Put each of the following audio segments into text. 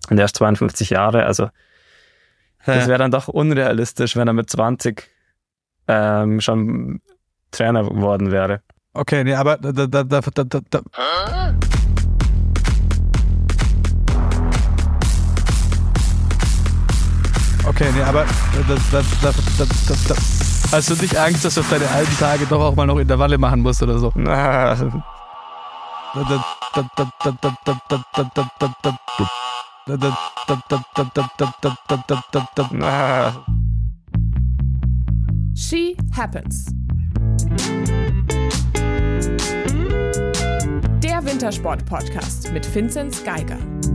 Und er ist 52 Jahre, also das wäre dann doch unrealistisch, wenn er mit 20 schon Trainer geworden wäre. Okay, nee, aber Okay, nee, aber hast du nicht Angst, dass du auf deine alten Tage doch auch mal noch Intervalle machen musst oder so? She Happens. Der Wintersport-Podcast mit Vinzenz Geiger.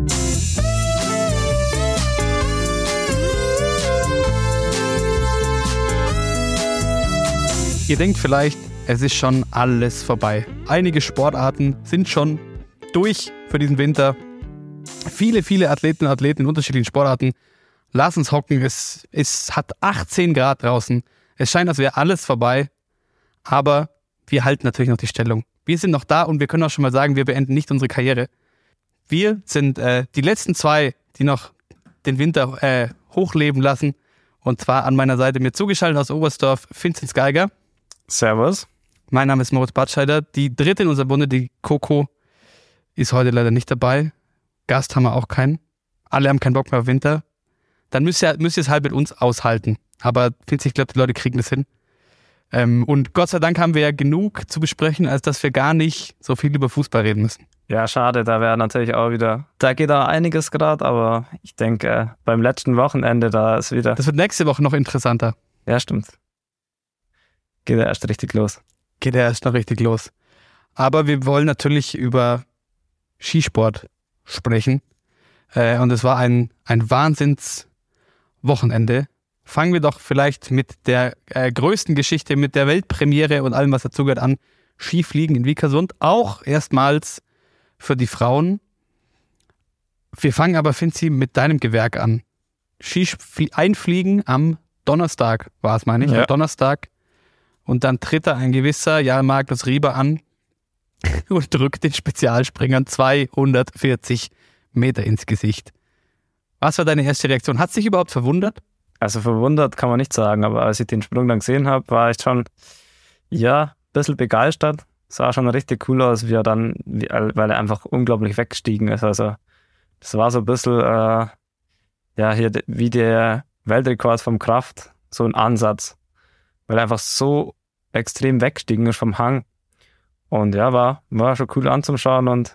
Ihr denkt vielleicht, es ist schon alles vorbei. Einige Sportarten sind schon durch für diesen Winter. Viele Athleten und Athleten in unterschiedlichen Sportarten lassen es hocken. Es hat 18 Grad draußen. Es scheint, als wäre alles vorbei. Aber wir halten natürlich noch die Stellung. Wir sind noch da und wir können auch schon mal sagen, wir beenden nicht unsere Karriere. Wir sind die letzten zwei, die noch den Winter hochleben lassen. Und zwar an meiner Seite mir zugeschaltet aus Oberstdorf, Vinzenz Geiger. Servus. Mein Name ist Moritz Batscheider. Die dritte in unserer Bunde, die Coco, ist heute leider nicht dabei. Gast haben wir auch keinen. Alle haben keinen Bock mehr auf Winter. Dann müsst ihr es halt mit uns aushalten. Aber ich glaube, die Leute kriegen das hin. Und Gott sei Dank haben wir ja genug zu besprechen, als dass wir gar nicht so viel über Fußball reden müssen. Ja, schade, da wäre natürlich auch wieder, da geht auch einiges gerade, aber ich denke, beim letzten Wochenende, da ist wieder... Das wird nächste Woche noch interessanter. Ja, stimmt. Geht ja erst richtig los. Aber wir wollen natürlich über Skisport sprechen. Und es war ein Wahnsinnswochenende. Fangen wir doch vielleicht mit der größten Geschichte, mit der Weltpremiere und allem, was dazugehört, an. Skifliegen in Vikersund. Auch erstmals für die Frauen. Wir fangen aber, Finzi, mit deinem Gewerk an. Einfliegen am Donnerstag war es, meine ich. Ja. Am Donnerstag. Und dann tritt da ein gewisser Jan Magnus Rieber an und drückt den Spezialspringern 240 Meter ins Gesicht. Was war deine erste Reaktion? Hat es dich überhaupt verwundert? Also verwundert kann man nicht sagen, aber als ich den Sprung dann gesehen habe, war ich schon, ein bisschen begeistert. Sah schon richtig cool aus, weil er einfach unglaublich weggestiegen ist. Also das war so ein bisschen, hier wie der Weltrekord vom Kraft, so ein Ansatz. Weil er einfach so extrem weggestiegen ist vom Hang. Und ja, war schon cool anzuschauen.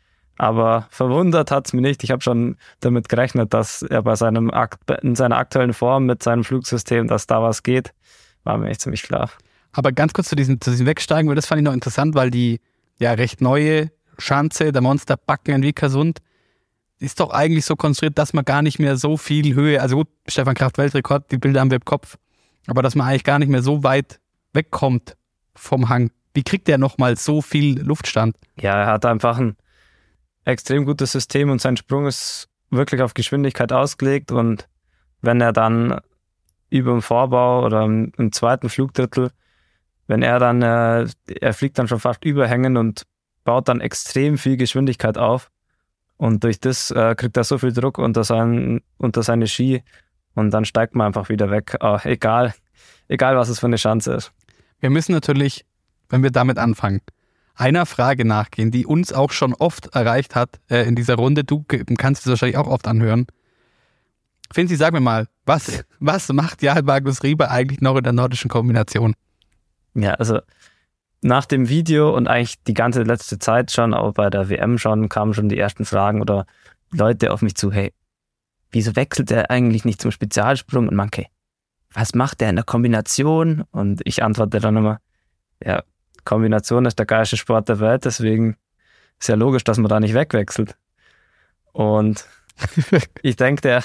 Aber verwundert hat es mich nicht. Ich habe schon damit gerechnet, dass er in seiner aktuellen Form mit seinem Flugsystem, dass da was geht, war mir echt ziemlich klar. Aber ganz kurz zu diesem Wegsteigen, weil das fand ich noch interessant, weil die recht neue Schanze, der Monsterbacken in Vikersund, ist doch eigentlich so konstruiert, dass man gar nicht mehr so viel Höhe, also gut, Stefan Kraft Weltrekord, die Bilder haben wir im Kopf, aber dass man eigentlich gar nicht mehr so weit wegkommt vom Hang. Wie kriegt der nochmal so viel Luftstand? Ja, er hat einfach ein extrem gutes System und sein Sprung ist wirklich auf Geschwindigkeit ausgelegt, und wenn er dann über dem Vorbau oder im zweiten Flugdrittel, wenn er fliegt dann schon fast überhängend und baut dann extrem viel Geschwindigkeit auf, und durch das kriegt er so viel Druck unter seine Ski, und dann steigt man einfach wieder weg, egal was es für eine Schanze ist. Wir müssen natürlich, wenn wir damit anfangen, einer Frage nachgehen, die uns auch schon oft erreicht hat in dieser Runde. Du kannst es wahrscheinlich auch oft anhören. Finzi, sag mir mal, was macht Jan Magnus Rieber eigentlich noch in der nordischen Kombination? Ja, also nach dem Video und eigentlich die ganze letzte Zeit schon, auch bei der WM kamen schon die ersten Fragen oder Leute auf mich zu, hey, wieso wechselt er eigentlich nicht zum Spezialsprung? Und manche, was macht er in der Kombination? Und ich antworte dann immer, ja, Kombination ist der geilste Sport der Welt, deswegen ist ja logisch, dass man da nicht wegwechselt. Und ich denke,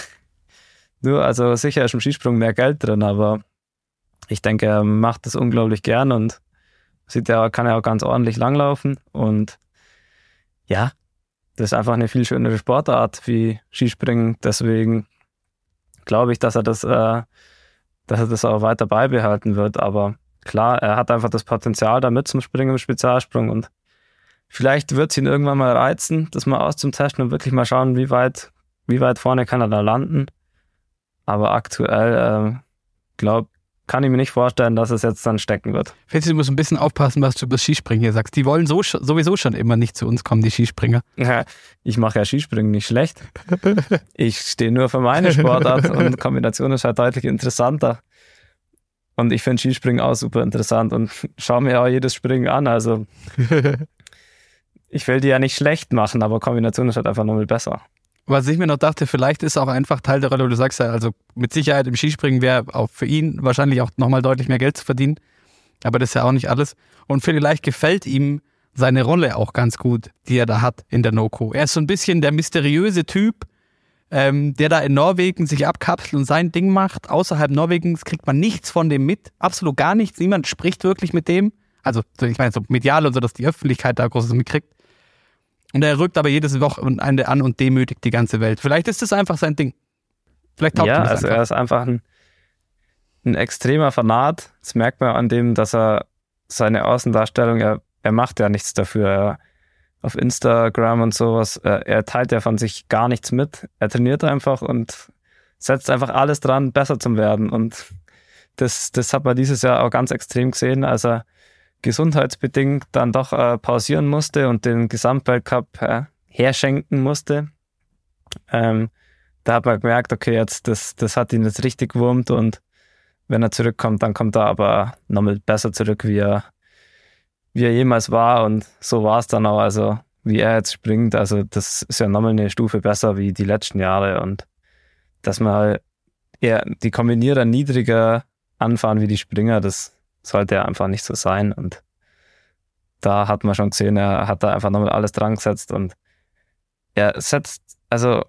also sicher ist im Skisprung mehr Geld drin, aber ich denke, er macht das unglaublich gern und kann ja auch ganz ordentlich langlaufen. Und ja, das ist einfach eine viel schönere Sportart wie Skispringen. Deswegen glaube ich, dass er das auch weiter beibehalten wird. Aber klar, er hat einfach das Potenzial, da mitzuspringen im Spezialsprung. Und vielleicht wird es ihn irgendwann mal reizen, das mal auszutesten und wirklich mal schauen, wie weit wie weit vorne kann er da landen. Aber aktuell, kann ich mir nicht vorstellen, dass es jetzt dann stecken wird. Felix, du musst ein bisschen aufpassen, was du über das Skispringen hier sagst. Die wollen sowieso schon immer nicht zu uns kommen, die Skispringer. Ja, ich mache ja Skispringen nicht schlecht. Ich stehe nur für meine Sportart und Kombination ist halt deutlich interessanter. Und ich finde Skispringen auch super interessant und schaue mir auch jedes Springen an. Also ich will die ja nicht schlecht machen, aber Kombination ist halt einfach nochmal besser. Was ich mir noch dachte, vielleicht ist auch einfach Teil der Rolle, du sagst ja, also mit Sicherheit im Skispringen wäre auch für ihn wahrscheinlich auch nochmal deutlich mehr Geld zu verdienen, aber das ist ja auch nicht alles. Und vielleicht gefällt ihm seine Rolle auch ganz gut, die er da hat in der NOCO. Er ist so ein bisschen der mysteriöse Typ, der da in Norwegen sich abkapselt und sein Ding macht. Außerhalb Norwegens kriegt man nichts von dem mit, absolut gar nichts, niemand spricht wirklich mit dem. Also ich meine so medial und so, dass die Öffentlichkeit da Großes mitkriegt. Und er rückt aber jedes Wochenende an und demütigt die ganze Welt. Vielleicht ist das einfach sein Ding. Vielleicht taugt ihm das also einfach. Er ist einfach ein extremer Fanat. Das merkt man an dem, dass er seine Außendarstellung, er macht ja nichts dafür. Auf Instagram und sowas, er teilt ja von sich gar nichts mit. Er trainiert einfach und setzt einfach alles dran, besser zu werden. Und das hat man dieses Jahr auch ganz extrem gesehen, als er gesundheitsbedingt dann doch pausieren musste und den Gesamtweltcup herschenken musste. Da hat man gemerkt, okay, jetzt das hat ihn jetzt richtig gewurmt und wenn er zurückkommt, dann kommt er aber nochmal besser zurück, wie er jemals war und so war es dann auch, also wie er jetzt springt, also das ist ja nochmal eine Stufe besser wie die letzten Jahre und dass man halt eher die Kombinierer niedriger anfahren wie die Springer, das sollte ja einfach nicht so sein und da hat man schon gesehen, er hat da einfach nochmal alles dran gesetzt und er setzt, also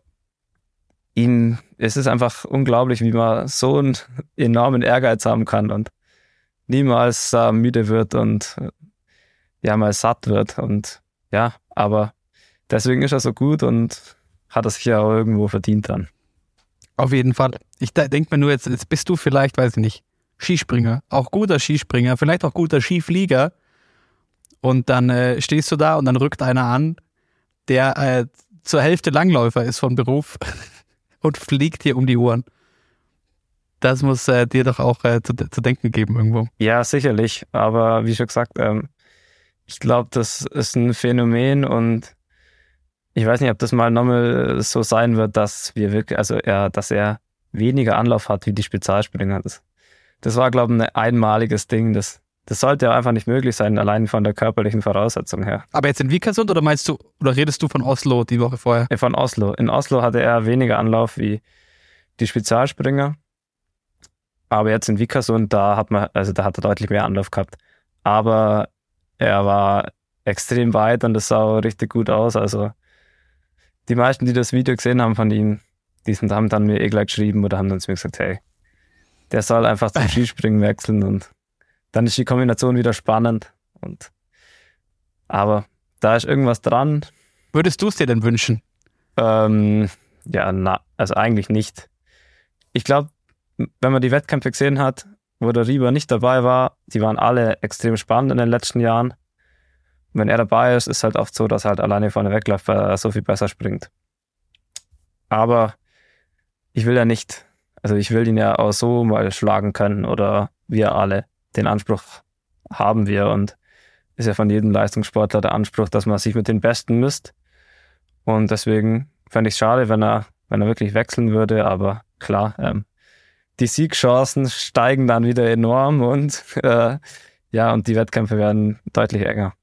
es ist einfach unglaublich, wie man so einen enormen Ehrgeiz haben kann und niemals müde wird und ja mal satt wird und ja, aber deswegen ist er so gut und hat er sich ja auch irgendwo verdient dann. Auf jeden Fall. Ich denke mir nur, jetzt bist du vielleicht, weiß ich nicht, Skispringer, auch guter Skispringer, vielleicht auch guter Skiflieger und dann stehst du da und dann rückt einer an, der zur Hälfte Langläufer ist von Beruf und fliegt dir um die Ohren. Das muss dir doch auch zu denken geben irgendwo. Ja, sicherlich, aber wie schon gesagt, ich glaube, das ist ein Phänomen und ich weiß nicht, ob das mal nochmal so sein wird, dass wir wirklich, dass er weniger Anlauf hat wie die Spezialspringer. Das war, glaube ich, ein einmaliges Ding. Das sollte ja einfach nicht möglich sein, allein von der körperlichen Voraussetzung her. Aber jetzt in Vikersund oder redest du von Oslo die Woche vorher? Von Oslo. In Oslo hatte er weniger Anlauf wie die Spezialspringer. Aber jetzt in Vikersund, da hat er deutlich mehr Anlauf gehabt. Aber er war extrem weit und das sah auch richtig gut aus. Also die meisten, die das Video gesehen haben von ihm, haben dann mir gleich geschrieben oder haben dann zu mir gesagt, hey, der soll einfach zum Skispringen wechseln und dann ist die Kombination wieder spannend. Aber da ist irgendwas dran. Würdest du es dir denn wünschen? Also eigentlich nicht. Ich glaube, wenn man die Wettkämpfe gesehen hat, wo der Rieber nicht dabei war, die waren alle extrem spannend in den letzten Jahren. Und wenn er dabei ist, ist halt oft so, dass er halt alleine vorne wegläuft, weil er so viel besser springt. Aber ich will ihn ja auch so mal schlagen können oder wir alle. Den Anspruch haben wir und ist ja von jedem Leistungssportler der Anspruch, dass man sich mit den Besten misst. Und deswegen fände ich es schade, wenn er wirklich wechseln würde, aber klar, die Siegchancen steigen dann wieder enorm und und die Wettkämpfe werden deutlich enger.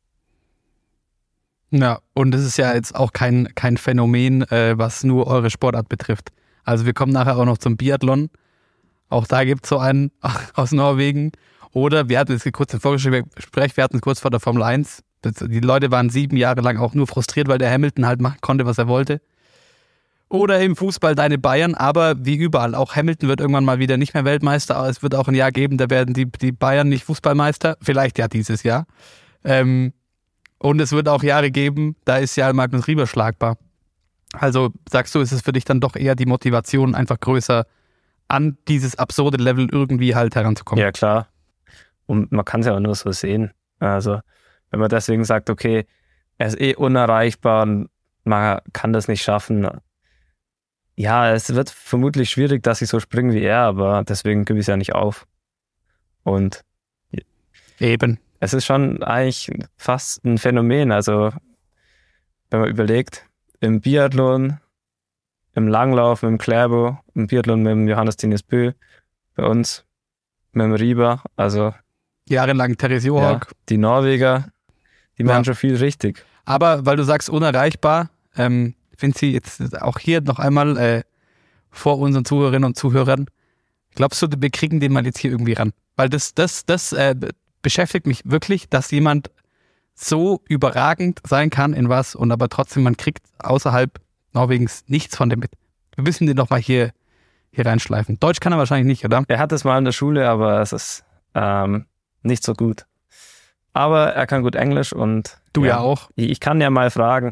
Ja, und es ist ja jetzt auch kein Phänomen, was nur eure Sportart betrifft. Also wir kommen nachher auch noch zum Biathlon. Auch da gibt es so einen aus Norwegen. Oder wir hatten jetzt kurz im Vorgespräch, wir hatten es kurz vor der Formel 1. Die Leute waren 7 Jahre lang auch nur frustriert, weil der Hamilton halt machen konnte, was er wollte. Oder im Fußball deine Bayern, aber wie überall, auch Hamilton wird irgendwann mal wieder nicht mehr Weltmeister, aber es wird auch ein Jahr geben, da werden die Bayern nicht Fußballmeister, vielleicht ja dieses Jahr. Und es wird auch Jahre geben, da ist ja Magnus Rieber schlagbar. Also sagst du, ist es für dich dann doch eher die Motivation einfach größer, an dieses absurde Level irgendwie halt heranzukommen? Ja, klar. Und man kann es ja auch nur so sehen. Also wenn man deswegen sagt, okay, er ist unerreichbar und man kann das nicht schaffen, Ja, es wird vermutlich schwierig, dass ich so springe wie er, aber deswegen gebe ich es ja nicht auf. Und Eben. es ist schon eigentlich fast ein Phänomen. Also, wenn man überlegt, im Biathlon, im Langlauf mit dem Klæbo, im Biathlon mit dem Johannes Tinnes Bö, bei uns mit dem Rieber, also Jahrelang Therese Johaug. ja, die Norweger, die machen schon viel richtig. Aber weil du sagst unerreichbar, finde sie jetzt auch hier noch einmal vor unseren Zuhörerinnen und Zuhörern, glaubst du, wir kriegen den mal jetzt hier irgendwie ran? Weil das beschäftigt mich wirklich, dass jemand so überragend sein kann in was und aber trotzdem man kriegt außerhalb Norwegens nichts von dem mit. Wir müssen den doch mal hier reinschleifen. Deutsch kann er wahrscheinlich nicht, oder? Er hat es mal in der Schule, aber es ist nicht so gut. Aber er kann gut Englisch und Du ja auch. Ich kann ja mal fragen.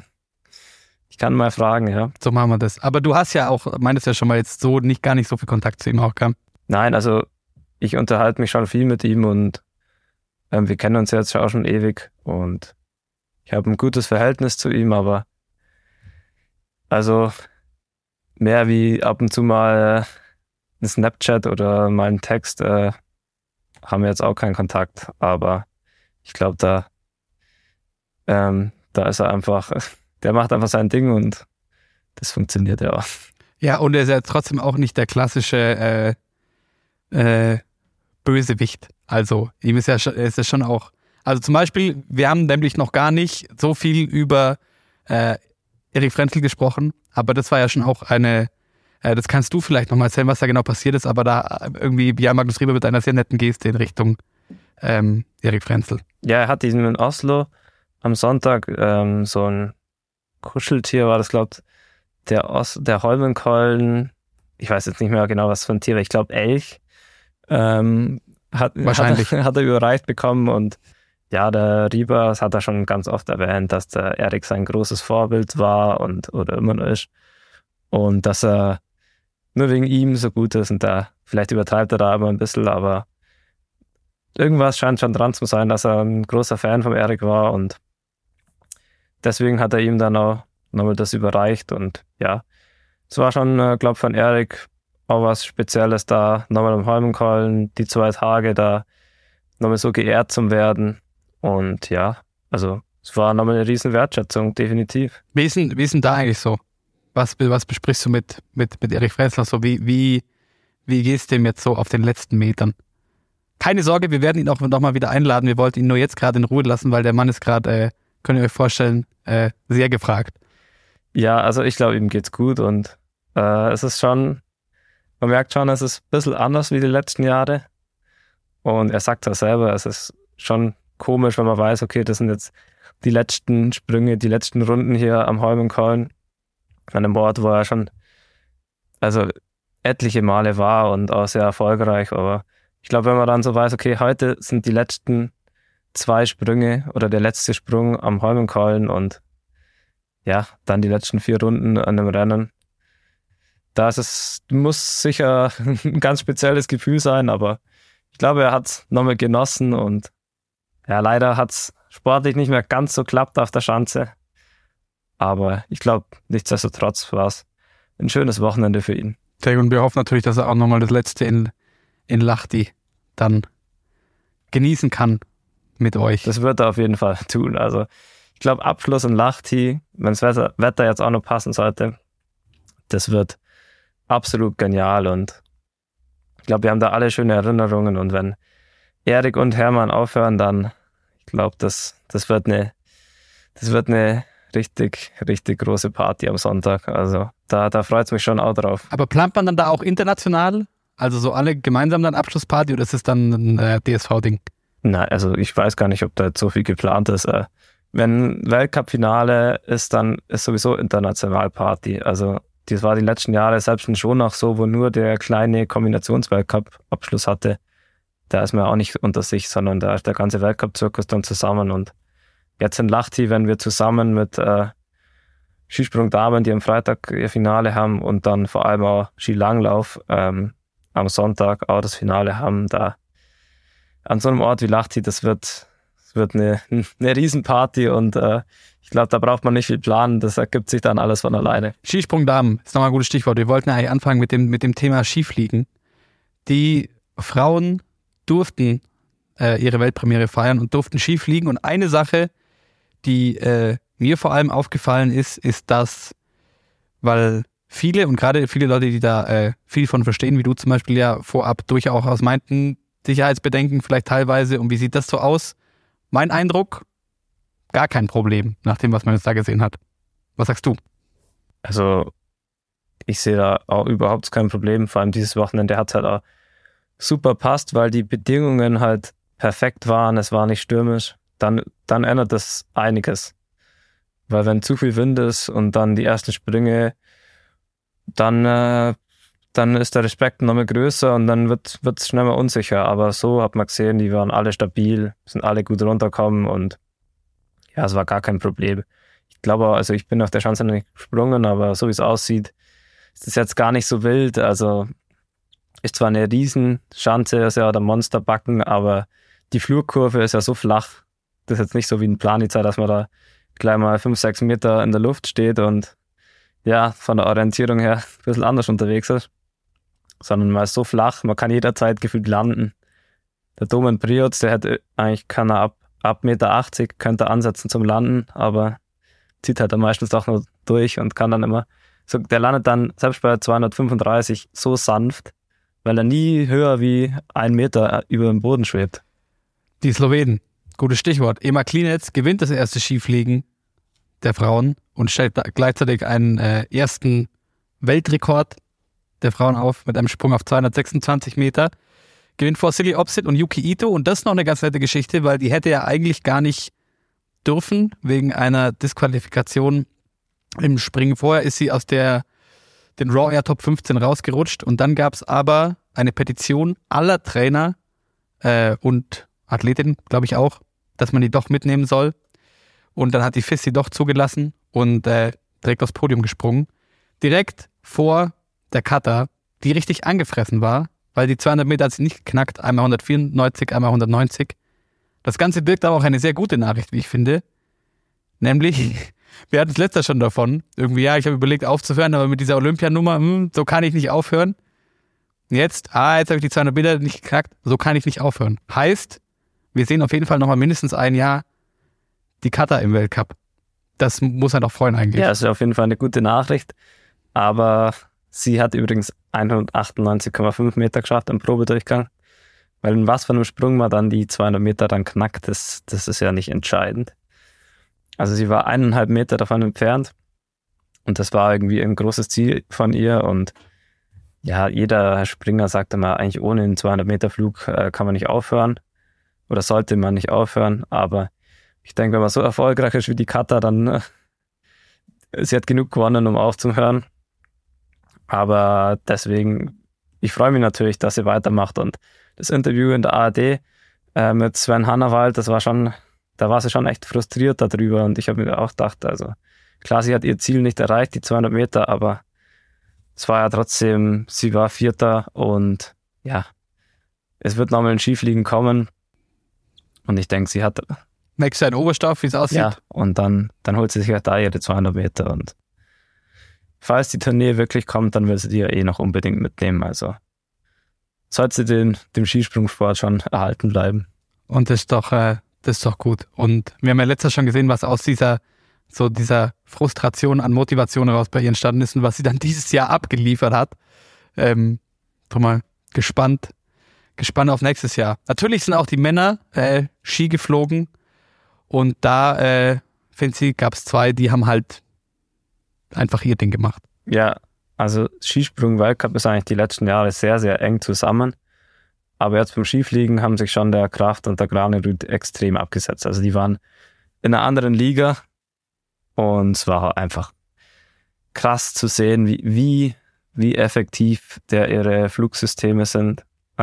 Ja. So machen wir das. Aber du hast ja auch, meintest ja schon mal jetzt so gar nicht so viel Kontakt zu ihm auch gehabt. Nein, also ich unterhalte mich schon viel mit ihm und wir kennen uns jetzt auch schon ewig und ich habe ein gutes Verhältnis zu ihm, aber also mehr wie ab und zu mal ein Snapchat oder mal einen Text haben wir jetzt auch keinen Kontakt, aber ich glaube, da ist er einfach, der macht einfach sein Ding und das funktioniert ja auch. Ja, und er ist ja trotzdem auch nicht der klassische Bösewicht. Also ihm ist ja schon auch, also zum Beispiel, wir haben nämlich noch gar nicht so viel über Erik Frenzel gesprochen, aber das war ja schon auch das kannst du vielleicht nochmal erzählen, was da genau passiert ist, aber da irgendwie Bjarne Magnus Rieber mit einer sehr netten Geste in Richtung Erik Frenzel. Ja, er hat diesen in Oslo am Sonntag so ein Kuscheltier war das, glaubt der Holmenkollen, ich weiß jetzt nicht mehr genau, was für ein Tier war, ich glaube Elch, Wahrscheinlich. Hat er überreicht bekommen und ja, der Rieber, das hat er schon ganz oft erwähnt, dass der Erik sein großes Vorbild war oder immer noch ist und dass er nur wegen ihm so gut ist und vielleicht übertreibt er da immer ein bisschen, aber irgendwas scheint schon dran zu sein, dass er ein großer Fan von Erik war und deswegen hat er ihm dann auch nochmal das überreicht und ja, es war schon, glaube ich, von Erik auch was Spezielles da, nochmal am Holmenkollen, die 2 Tage da nochmal so geehrt zu werden und ja, also es war nochmal eine riesen Wertschätzung, definitiv. Wie ist denn da eigentlich so? Was besprichst du mit Erik Frenzel? So, wie gehst du dem jetzt so auf den letzten Metern? Keine Sorge, wir werden ihn auch noch mal wieder einladen. Wir wollten ihn nur jetzt gerade in Ruhe lassen, weil der Mann ist gerade, könnt ihr euch vorstellen, sehr gefragt. Ja, also ich glaube, ihm geht's gut und es ist schon, man merkt schon, es ist ein bisschen anders wie die letzten Jahre und er sagt das selber, es ist schon komisch, wenn man weiß, okay, das sind jetzt die letzten Sprünge, die letzten Runden hier am Holmenkollen, an einem Ort, wo er schon also etliche Male war und auch sehr erfolgreich, aber ich glaube, wenn man dann so weiß, okay, heute sind die letzten 2 Sprünge oder der letzte Sprung am Holmenkollen und ja, dann die letzten 4 Runden an dem Rennen, muss sicher ein ganz spezielles Gefühl sein, aber ich glaube, er hat es nochmal genossen und ja, leider hat es sportlich nicht mehr ganz so klappt auf der Schanze. Aber ich glaube, nichtsdestotrotz war es ein schönes Wochenende für ihn. Sehr gut, und wir hoffen natürlich, dass er auch nochmal das letzte in Lahti dann genießen kann mit euch. Das wird er auf jeden Fall tun. Also ich glaube, Abschluss in Lahti, wenn das Wetter jetzt auch noch passen sollte, das wird absolut genial und ich glaube, wir haben da alle schöne Erinnerungen und wenn Erik und Hermann aufhören, dann, ich glaube, das wird eine richtig, richtig große Party am Sonntag. Also da freut es mich schon auch drauf. Aber plant man dann da auch international? Also so alle gemeinsam dann Abschlussparty oder ist es dann ein DSV-Ding? Nein, also ich weiß gar nicht, ob da jetzt so viel geplant ist. Wenn Weltcup-Finale ist, dann ist sowieso international Party. Also das war die letzten Jahre selbst in Schonach so, wo nur der kleine Kombinationsweltcup-Abschluss hatte. Da ist man auch nicht unter sich, sondern da ist der ganze Weltcup-Zirkus dann zusammen. Und jetzt in Lahti, wenn wir zusammen mit Skisprung-Damen, die am Freitag ihr Finale haben und dann vor allem auch Skilanglauf am Sonntag auch das Finale haben, da an so einem Ort wie Lahti, das wird wird eine Riesenparty und ich glaube, da braucht man nicht viel planen, das ergibt sich dann alles von alleine. Skisprungdamen ist nochmal ein gutes Stichwort. Wir wollten ja eigentlich anfangen mit dem Thema Skifliegen. Die Frauen durften ihre Weltpremiere feiern und durften Skifliegen. Und eine Sache, die mir vor allem aufgefallen ist, dass, weil viele und gerade viele Leute, die da viel von verstehen, wie du zum Beispiel ja vorab durchaus meinten, Sicherheitsbedenken vielleicht teilweise. Und wie sieht das so aus? Mein Eindruck, gar kein Problem, nach dem, was man jetzt da gesehen hat. Was sagst du? Also ich sehe da auch überhaupt kein Problem. Vor allem dieses Wochenende hat es halt auch super passt, weil die Bedingungen halt perfekt waren. Es war nicht stürmisch. Dann ändert das einiges. Weil wenn zu viel Wind ist und dann die ersten Sprünge, dann ist der Respekt noch mal größer und dann wird es schnell mal unsicher. Aber so hat man gesehen, die waren alle stabil, sind alle gut runtergekommen und ja, es war gar kein Problem. Ich glaube, also ich bin auf der Schanze nicht gesprungen, aber so wie es aussieht, ist es jetzt gar nicht so wild. Also ist zwar eine Riesenschanze, ist ja der Monsterbacken, aber die Flurkurve ist ja so flach. Das ist jetzt nicht so wie ein Planica, dass man da gleich mal 5-6 Meter in der Luft steht und ja, von der Orientierung her ein bisschen anders unterwegs ist. Sondern man ist so flach, man kann jederzeit gefühlt landen. Der Domen Prioc, kann er ab 1,80 Meter könnte er ansetzen zum Landen, aber zieht halt dann meistens doch nur durch und kann dann immer, so, der landet dann selbst bei 235 so sanft, weil er nie höher wie 1 Meter über dem Boden schwebt. Die Slowenen, gutes Stichwort. Ema Klinec gewinnt das erste Skifliegen der Frauen und stellt gleichzeitig einen ersten Weltrekord der Frauen auf mit einem Sprung auf 226 Meter. Gewinnt vor Silly Opsit und Yuki Ito und das ist noch eine ganz nette Geschichte, weil die hätte ja eigentlich gar nicht dürfen, wegen einer Disqualifikation im Springen. Vorher ist sie aus den Raw Air Top 15 rausgerutscht und dann gab es aber eine Petition aller Trainer und Athletinnen, glaube ich auch, dass man die doch mitnehmen soll. Und dann hat die FIS sie doch zugelassen und direkt aufs Podium gesprungen. Direkt vor der Kata, die richtig angefressen war, weil die 200 Meter hat sie nicht geknackt, einmal 194, einmal 190. Das Ganze birgt aber auch eine sehr gute Nachricht, wie ich finde. Nämlich, wir hatten es letztes schon davon, irgendwie, ja, ich habe überlegt aufzuhören, aber mit dieser Olympianummer, so kann ich nicht aufhören. Jetzt habe ich die 200 Meter nicht geknackt, so kann ich nicht aufhören. Heißt, wir sehen auf jeden Fall nochmal mindestens ein Jahr die Kata im Weltcup. Das muss halt auch freuen eigentlich. Ja, das ist auf jeden Fall eine gute Nachricht, aber sie hat übrigens 198,5 Meter geschafft im Probedurchgang. Weil in was für einem Sprung man dann die 200 Meter dann knackt, das ist ja nicht entscheidend. Also sie war 1,5 Meter davon entfernt und das war irgendwie ein großes Ziel von ihr und ja, jeder Springer sagt immer, eigentlich ohne einen 200 Meter Flug kann man nicht aufhören oder sollte man nicht aufhören, aber ich denke, wenn man so erfolgreich ist wie die Kata, dann sie hat genug gewonnen, um aufzuhören. Aber deswegen, ich freue mich natürlich, dass sie weitermacht und das Interview in der ARD mit Sven Hannawald, da war sie schon echt frustriert darüber und ich habe mir auch gedacht, also klar, sie hat ihr Ziel nicht erreicht, die 200 Meter, aber es war ja trotzdem, sie war Vierter und ja, es wird nochmal ein Skifliegen kommen und ich denke, sie hat... Nächstes Jahr in Oberstdorf, wie es aussieht. Ja, und dann holt sie sich ja da ihre 200 Meter und falls die Tournee wirklich kommt, dann will sie die ja eh noch unbedingt mitnehmen, also sollte sie dem Skisprungsport schon erhalten bleiben. Und das ist doch gut. Und wir haben ja letztes schon gesehen, was aus dieser Frustration an Motivation heraus bei ihr entstanden ist und was sie dann dieses Jahr abgeliefert hat. Doch mal gespannt auf nächstes Jahr. Natürlich sind auch die Männer Ski geflogen und da, finde ich, gab es 2, die haben halt einfach ihr Ding gemacht. Ja, also Skisprung-Weltcup ist eigentlich die letzten Jahre sehr, sehr eng zusammen. Aber jetzt beim Skifliegen haben sich schon der Kraft und der Granerud extrem abgesetzt. Also die waren in einer anderen Liga und es war einfach krass zu sehen, wie effektiv ihre Flugsysteme sind.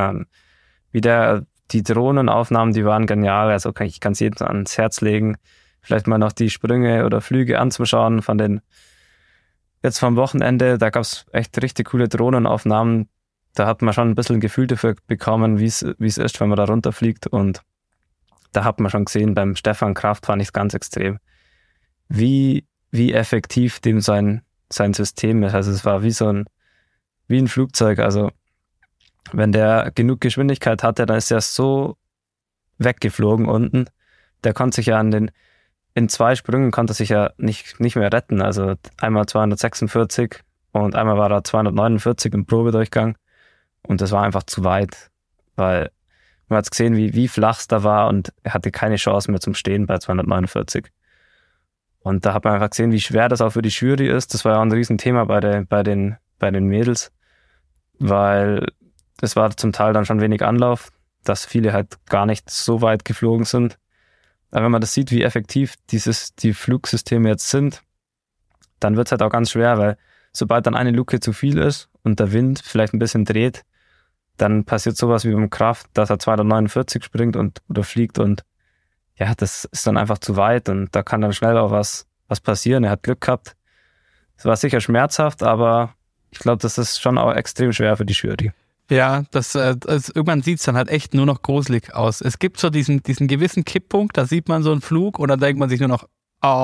Die Drohnenaufnahmen, die waren genial. Also ich kann es jedem ans Herz legen, vielleicht mal noch die Sprünge oder Flüge anzuschauen jetzt vom Wochenende. Da gab es echt richtig coole Drohnenaufnahmen. Da hat man schon ein bisschen ein Gefühl dafür bekommen, wie es ist, wenn man da runterfliegt. Und da hat man schon gesehen, beim Stefan Kraft fand ich es ganz extrem, wie effektiv dem sein System ist. Also es war wie ein Flugzeug. Also wenn der genug Geschwindigkeit hatte, dann ist er so weggeflogen unten. Der konnte sich ja in 2 Sprüngen konnte er sich ja nicht mehr retten. Also einmal 246 und einmal war er 249 im Probedurchgang. Und das war einfach zu weit, weil man hat gesehen, wie flach es da war und er hatte keine Chance mehr zum Stehen bei 249. Und da hat man einfach gesehen, wie schwer das auch für die Jury ist. Das war ja auch ein Riesenthema bei den Mädels, weil es war zum Teil dann schon wenig Anlauf, dass viele halt gar nicht so weit geflogen sind. Aber wenn man das sieht, wie effektiv die Flugsysteme jetzt sind, dann wird es halt auch ganz schwer, weil sobald dann eine Luke zu viel ist und der Wind vielleicht ein bisschen dreht, dann passiert sowas wie beim Kraft, dass er 249 springt oder fliegt und ja, das ist dann einfach zu weit und da kann dann schnell auch was passieren. Er hat Glück gehabt. Es war sicher schmerzhaft, aber ich glaube, das ist schon auch extrem schwer für die Jury. Ja, irgendwann sieht es dann halt echt nur noch gruselig aus. Es gibt so diesen gewissen Kipppunkt, da sieht man so einen Flug und dann denkt man sich nur noch,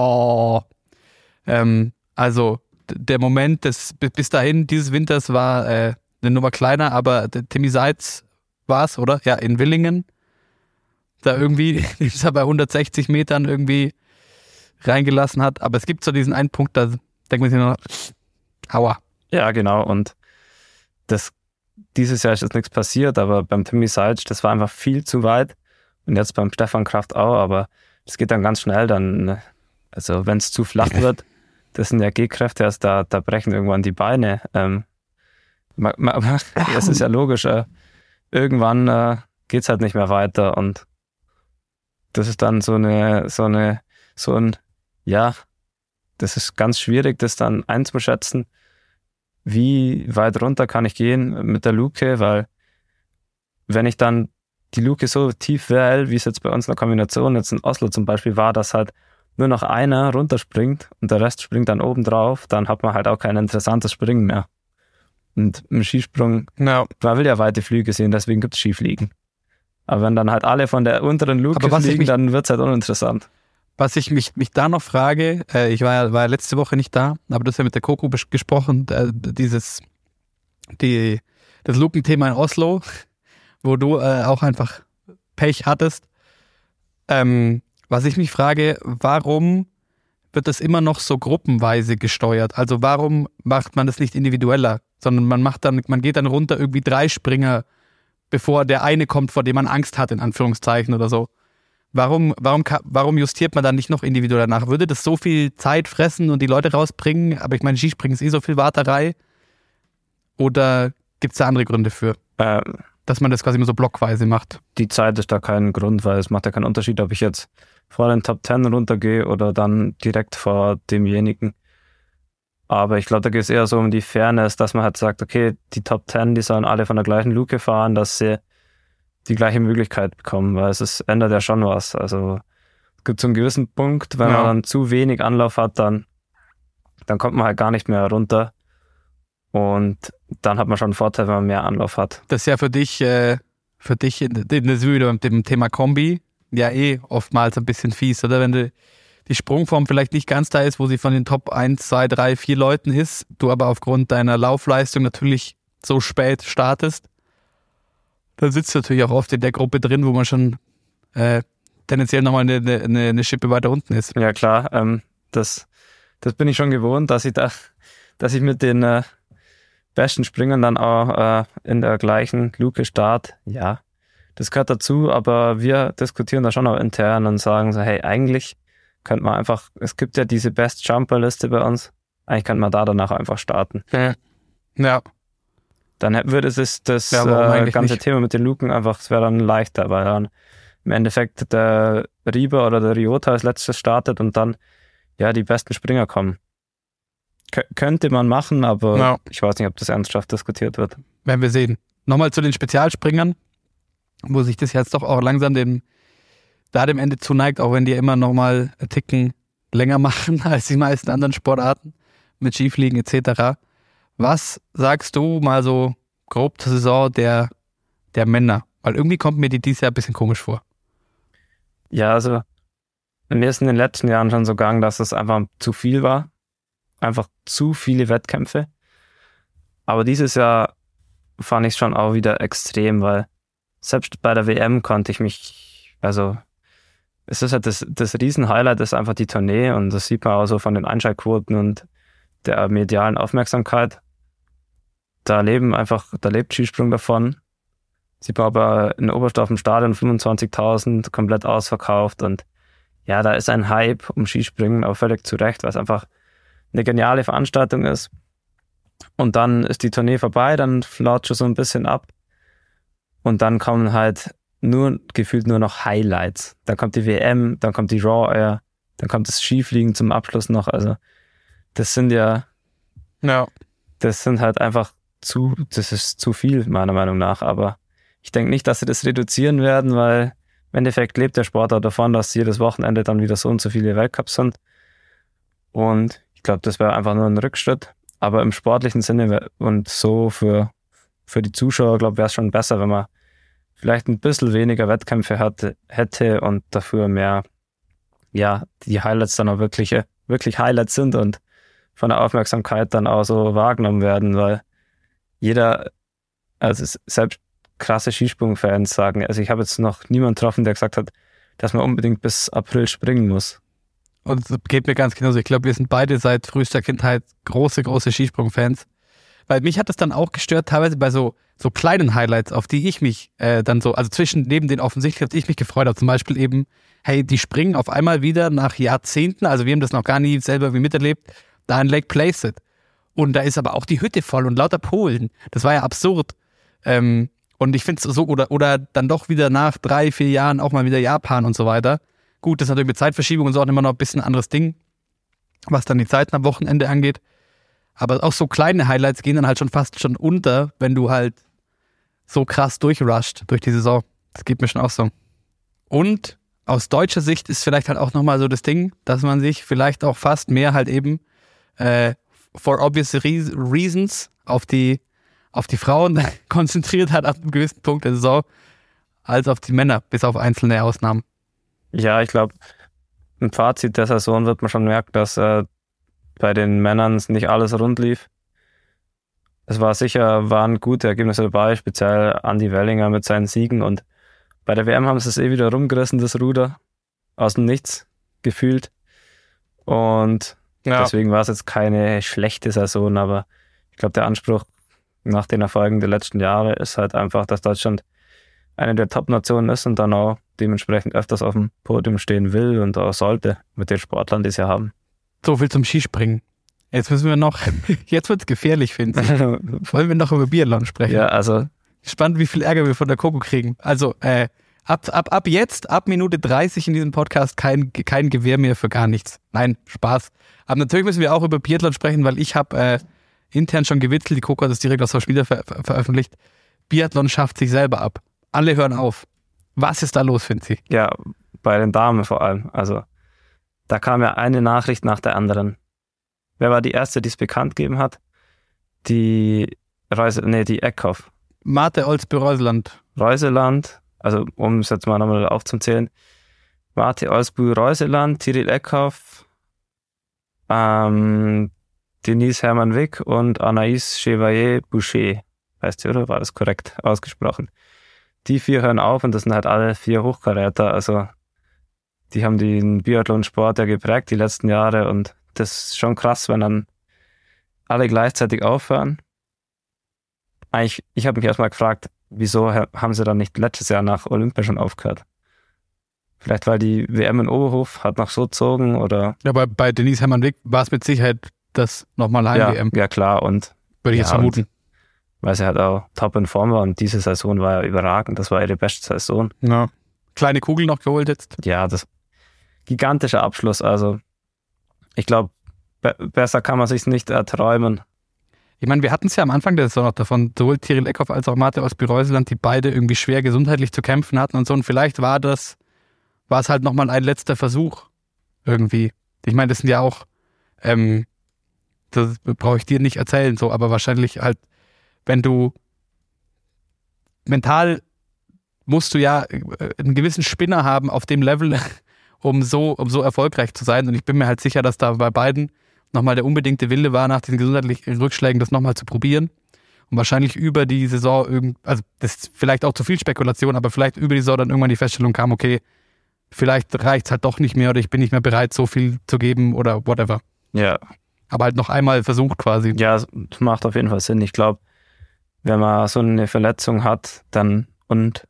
also der Moment bis dahin dieses Winters war eine Nummer kleiner, aber Timmy Seitz war es, oder? Ja, in Willingen. Da irgendwie, ist er bei 160 Metern irgendwie reingelassen hat. Aber es gibt so diesen einen Punkt, da denkt man sich nur noch, aua. Ja, genau. Und dieses Jahr ist jetzt nichts passiert, aber beim Timmy Seitz, das war einfach viel zu weit. Und jetzt beim Stefan Kraft auch, aber das geht dann ganz schnell. Also wenn es zu flach wird, das sind ja G-Kräfte, also da brechen irgendwann die Beine. Das ist ja logisch. Irgendwann geht es halt nicht mehr weiter und das ist dann das ist ganz schwierig, das dann einzuschätzen, wie weit runter kann ich gehen mit der Luke, weil wenn ich dann die Luke so tief wähle, wie es jetzt bei uns in der Kombination jetzt in Oslo zum Beispiel war, dass halt nur noch einer runterspringt und der Rest springt dann oben drauf, dann hat man halt auch kein interessantes Springen mehr. Und im Skisprung, man will ja weite Flüge sehen, deswegen gibt es Skifliegen. Aber wenn dann halt alle von der unteren Luke fliegen, dann wird es halt uninteressant. Was ich mich da noch frage, ich war ja letzte Woche nicht da, aber du hast ja mit der Coco gesprochen, das Lukenthema in Oslo, wo du auch einfach Pech hattest. Was ich mich frage, warum wird das immer noch so gruppenweise gesteuert? Also warum macht man das nicht individueller, sondern man geht dann runter irgendwie 3 Springer, bevor der eine kommt, vor dem man Angst hat, in Anführungszeichen oder so. Warum justiert man dann nicht noch individuell danach? Würde das so viel Zeit fressen und die Leute rausbringen? Aber ich meine, Skispringen ist so viel Warterei. Oder gibt es da andere Gründe für? Dass man das quasi immer so blockweise macht? Die Zeit ist da kein Grund, weil es macht ja keinen Unterschied, ob ich jetzt vor den Top 10 runtergehe oder dann direkt vor demjenigen. Aber ich glaube, da geht es eher so um die Fairness, dass man halt sagt, okay, die Top 10, die sollen alle von der gleichen Luke fahren, dass sie die gleiche Möglichkeit bekommen, weil es ändert ja schon was. Also es gibt so einen gewissen Punkt, wenn man dann zu wenig Anlauf hat, dann kommt man halt gar nicht mehr runter. Und dann hat man schon einen Vorteil, wenn man mehr Anlauf hat. Das ist ja für dich wieder mit dem Thema Kombi ja oftmals ein bisschen fies, oder? Wenn die Sprungform vielleicht nicht ganz da ist, wo sie von den Top 1, 2, 3, 4 Leuten ist, du aber aufgrund deiner Laufleistung natürlich so spät startest, dann sitzt du natürlich auch oft in der Gruppe drin, wo man schon tendenziell nochmal eine Schippe weiter unten ist. Ja klar, das bin ich schon gewohnt, dass ich mit den besten Springern dann auch in der gleichen Luke starte. Ja, das gehört dazu, aber wir diskutieren da schon auch intern und sagen so, hey, eigentlich könnte man einfach, es gibt ja diese Best-Jumper-Liste bei uns, eigentlich könnte man da danach einfach starten. Ja. Dann würde es das ganze nicht. Thema mit den Luken einfach, es wäre dann leichter, weil dann im Endeffekt der Rieber oder der Ryota als letztes startet und dann die besten Springer kommen. Könnte man machen, aber ich weiß nicht, ob das ernsthaft diskutiert wird. Werden wir sehen. Nochmal zu den Spezialspringern, wo sich das jetzt doch auch langsam dem Ende zuneigt, auch wenn die immer nochmal einen Ticken länger machen als die meisten anderen Sportarten mit Skifliegen etc. Was sagst du mal so grob zur Saison der Männer? Weil irgendwie kommt mir die dieses Jahr ein bisschen komisch vor. Ja, also mir ist in den letzten Jahren schon so gegangen, dass es einfach zu viel war. Einfach zu viele Wettkämpfe. Aber dieses Jahr fand ich es schon auch wieder extrem, weil selbst bei der WM konnte ich mich, also es ist halt das Riesen-Highlight ist einfach die Tournee und das sieht man auch so von den Einschaltquoten und der medialen Aufmerksamkeit. Da lebt Skisprung davon. Sieht man aber in Oberstdorf im Stadion 25.000, komplett ausverkauft und ja, da ist ein Hype um Skispringen, auch völlig zu Recht, weil es einfach eine geniale Veranstaltung ist. Und dann ist die Tournee vorbei, dann flaut schon so ein bisschen ab und dann kommen halt gefühlt nur noch Highlights. Dann kommt die WM, dann kommt die Raw Air, dann kommt das Skifliegen zum Abschluss noch. Also das sind das sind halt einfach das ist zu viel, meiner Meinung nach. Aber ich denke nicht, dass sie das reduzieren werden, weil im Endeffekt lebt der Sport auch davon, dass jedes Wochenende dann wieder so und so viele Weltcups sind. Und ich glaube, das wäre einfach nur ein Rückschritt. Aber im sportlichen Sinne und so für die Zuschauer, glaube ich, wäre es schon besser, wenn man vielleicht ein bisschen weniger Wettkämpfe hätte und dafür mehr, ja, die Highlights dann auch wirklich Highlights sind und von der Aufmerksamkeit dann auch so wahrgenommen werden, weil also selbst krasse Skisprung-Fans sagen, also ich habe jetzt noch niemanden getroffen, der gesagt hat, dass man unbedingt bis April springen muss. Und es geht mir ganz genauso. Ich glaube, wir sind beide seit frühester Kindheit große Skisprung-Fans. Weil mich hat das dann auch gestört, teilweise bei so kleinen Highlights, auf die ich mich dann so, also neben den offensichtlichen, auf die ich mich gefreut habe. Zum Beispiel eben, hey, die springen auf einmal wieder nach Jahrzehnten, also wir haben das noch gar nie selber wie miterlebt, da in Lake Placid. Und da ist aber auch die Hütte voll und lauter Polen. Das war ja absurd. Und ich finde es so, oder dann doch wieder nach 3-4 Jahren auch mal wieder Japan und so weiter. Gut, das ist natürlich mit Zeitverschiebung und so auch immer noch ein bisschen ein anderes Ding, was dann die Zeiten am Wochenende angeht. Aber auch so kleine Highlights gehen dann halt fast schon unter, wenn du halt so krass durchrusht durch die Saison. Das geht mir schon auch so. Und aus deutscher Sicht ist vielleicht halt auch nochmal so das Ding, dass man sich vielleicht auch fast mehr halt eben for obvious reasons auf die Frauen konzentriert hat ab einem gewissen Punkt der Saison, als auf die Männer, bis auf einzelne Ausnahmen. Ja, ich glaube, im Fazit der Saison wird man schon merken, dass bei den Männern nicht alles rund lief. Es waren gute Ergebnisse dabei, speziell Andi Wellinger mit seinen Siegen und bei der WM haben sie es wieder rumgerissen, das Ruder, aus dem Nichts gefühlt und deswegen war es jetzt keine schlechte Saison, aber ich glaube, der Anspruch nach den Erfolgen der letzten Jahre ist halt einfach, dass Deutschland eine der Top-Nationen ist und dann auch dementsprechend öfters auf dem Podium stehen will und auch sollte mit den Sportlern, die sie haben. So viel zum Skispringen. Jetzt müssen wir jetzt wird es gefährlich, finde ich. Wollen wir noch über Biathlon sprechen? Ja, also. Spannend, wie viel Ärger wir von der Coco kriegen. Also, ab jetzt, ab Minute 30 in diesem Podcast kein Gewähr mehr für gar nichts. Nein, Spaß. Aber natürlich müssen wir auch über Biathlon sprechen, weil ich habe intern schon gewitzelt, die Coco hat das direkt aus Social Media veröffentlicht. Biathlon schafft sich selber ab. Alle hören auf. Was ist da los, Finzi? Ja, bei den Damen vor allem. Also, da kam ja eine Nachricht nach der anderen. Wer war die erste, die es bekannt gegeben hat? Die Eckhoff. Marte Olsby-Reuseland. Reuseland, also um es jetzt mal nochmal aufzuzählen. Marte Olsby-Reuseland, Tiril Eckhoff, Denise Hermann-Wick und Anaïs Chevalier-Boucher. Weißt du, oder? War das korrekt ausgesprochen? Die 4 hören auf und das sind halt alle 4 Hochkaräter. Also die haben den Biathlon-Sport ja geprägt die letzten Jahre und das ist schon krass, wenn dann alle gleichzeitig aufhören. Eigentlich, ich habe mich erstmal gefragt, wieso haben sie dann nicht letztes Jahr nach Olympia schon aufgehört? Vielleicht weil die WM in Oberhof hat noch so gezogen oder... Ja, aber bei Denise Hermann-Wick war es mit Sicherheit das nochmal Heim-WM. Ja, klar. Und würde ich jetzt vermuten. Weil sie halt auch top in Form war und diese Saison war ja überragend. Das war ihre beste Saison. Ja. Kleine Kugel noch geholt jetzt. Ja, das gigantischer Abschluss. Also ich glaube, besser kann man sich's nicht erträumen. Ich meine, wir hatten es ja am Anfang der Saison noch davon, sowohl Tiril Eckhoff als auch Marte Olsby-Reuseland, die beide irgendwie schwer gesundheitlich zu kämpfen hatten und so. Und vielleicht war es halt nochmal ein letzter Versuch irgendwie. Ich meine, das sind ja auch, das brauche ich dir nicht erzählen, so, aber wahrscheinlich halt, wenn du mental musst du ja einen gewissen Spinner haben auf dem Level, um so erfolgreich zu sein. Und ich bin mir halt sicher, dass da bei beiden nochmal der unbedingte Wille war, nach diesen gesundheitlichen Rückschlägen das nochmal zu probieren. Und wahrscheinlich über die Saison, also das ist vielleicht auch zu viel Spekulation, aber vielleicht über die Saison dann irgendwann die Feststellung kam, okay, vielleicht reicht es halt doch nicht mehr oder ich bin nicht mehr bereit, so viel zu geben oder whatever. Ja. Aber halt noch einmal versucht quasi. Ja, das macht auf jeden Fall Sinn. Ich glaube, wenn man so eine Verletzung hat, dann und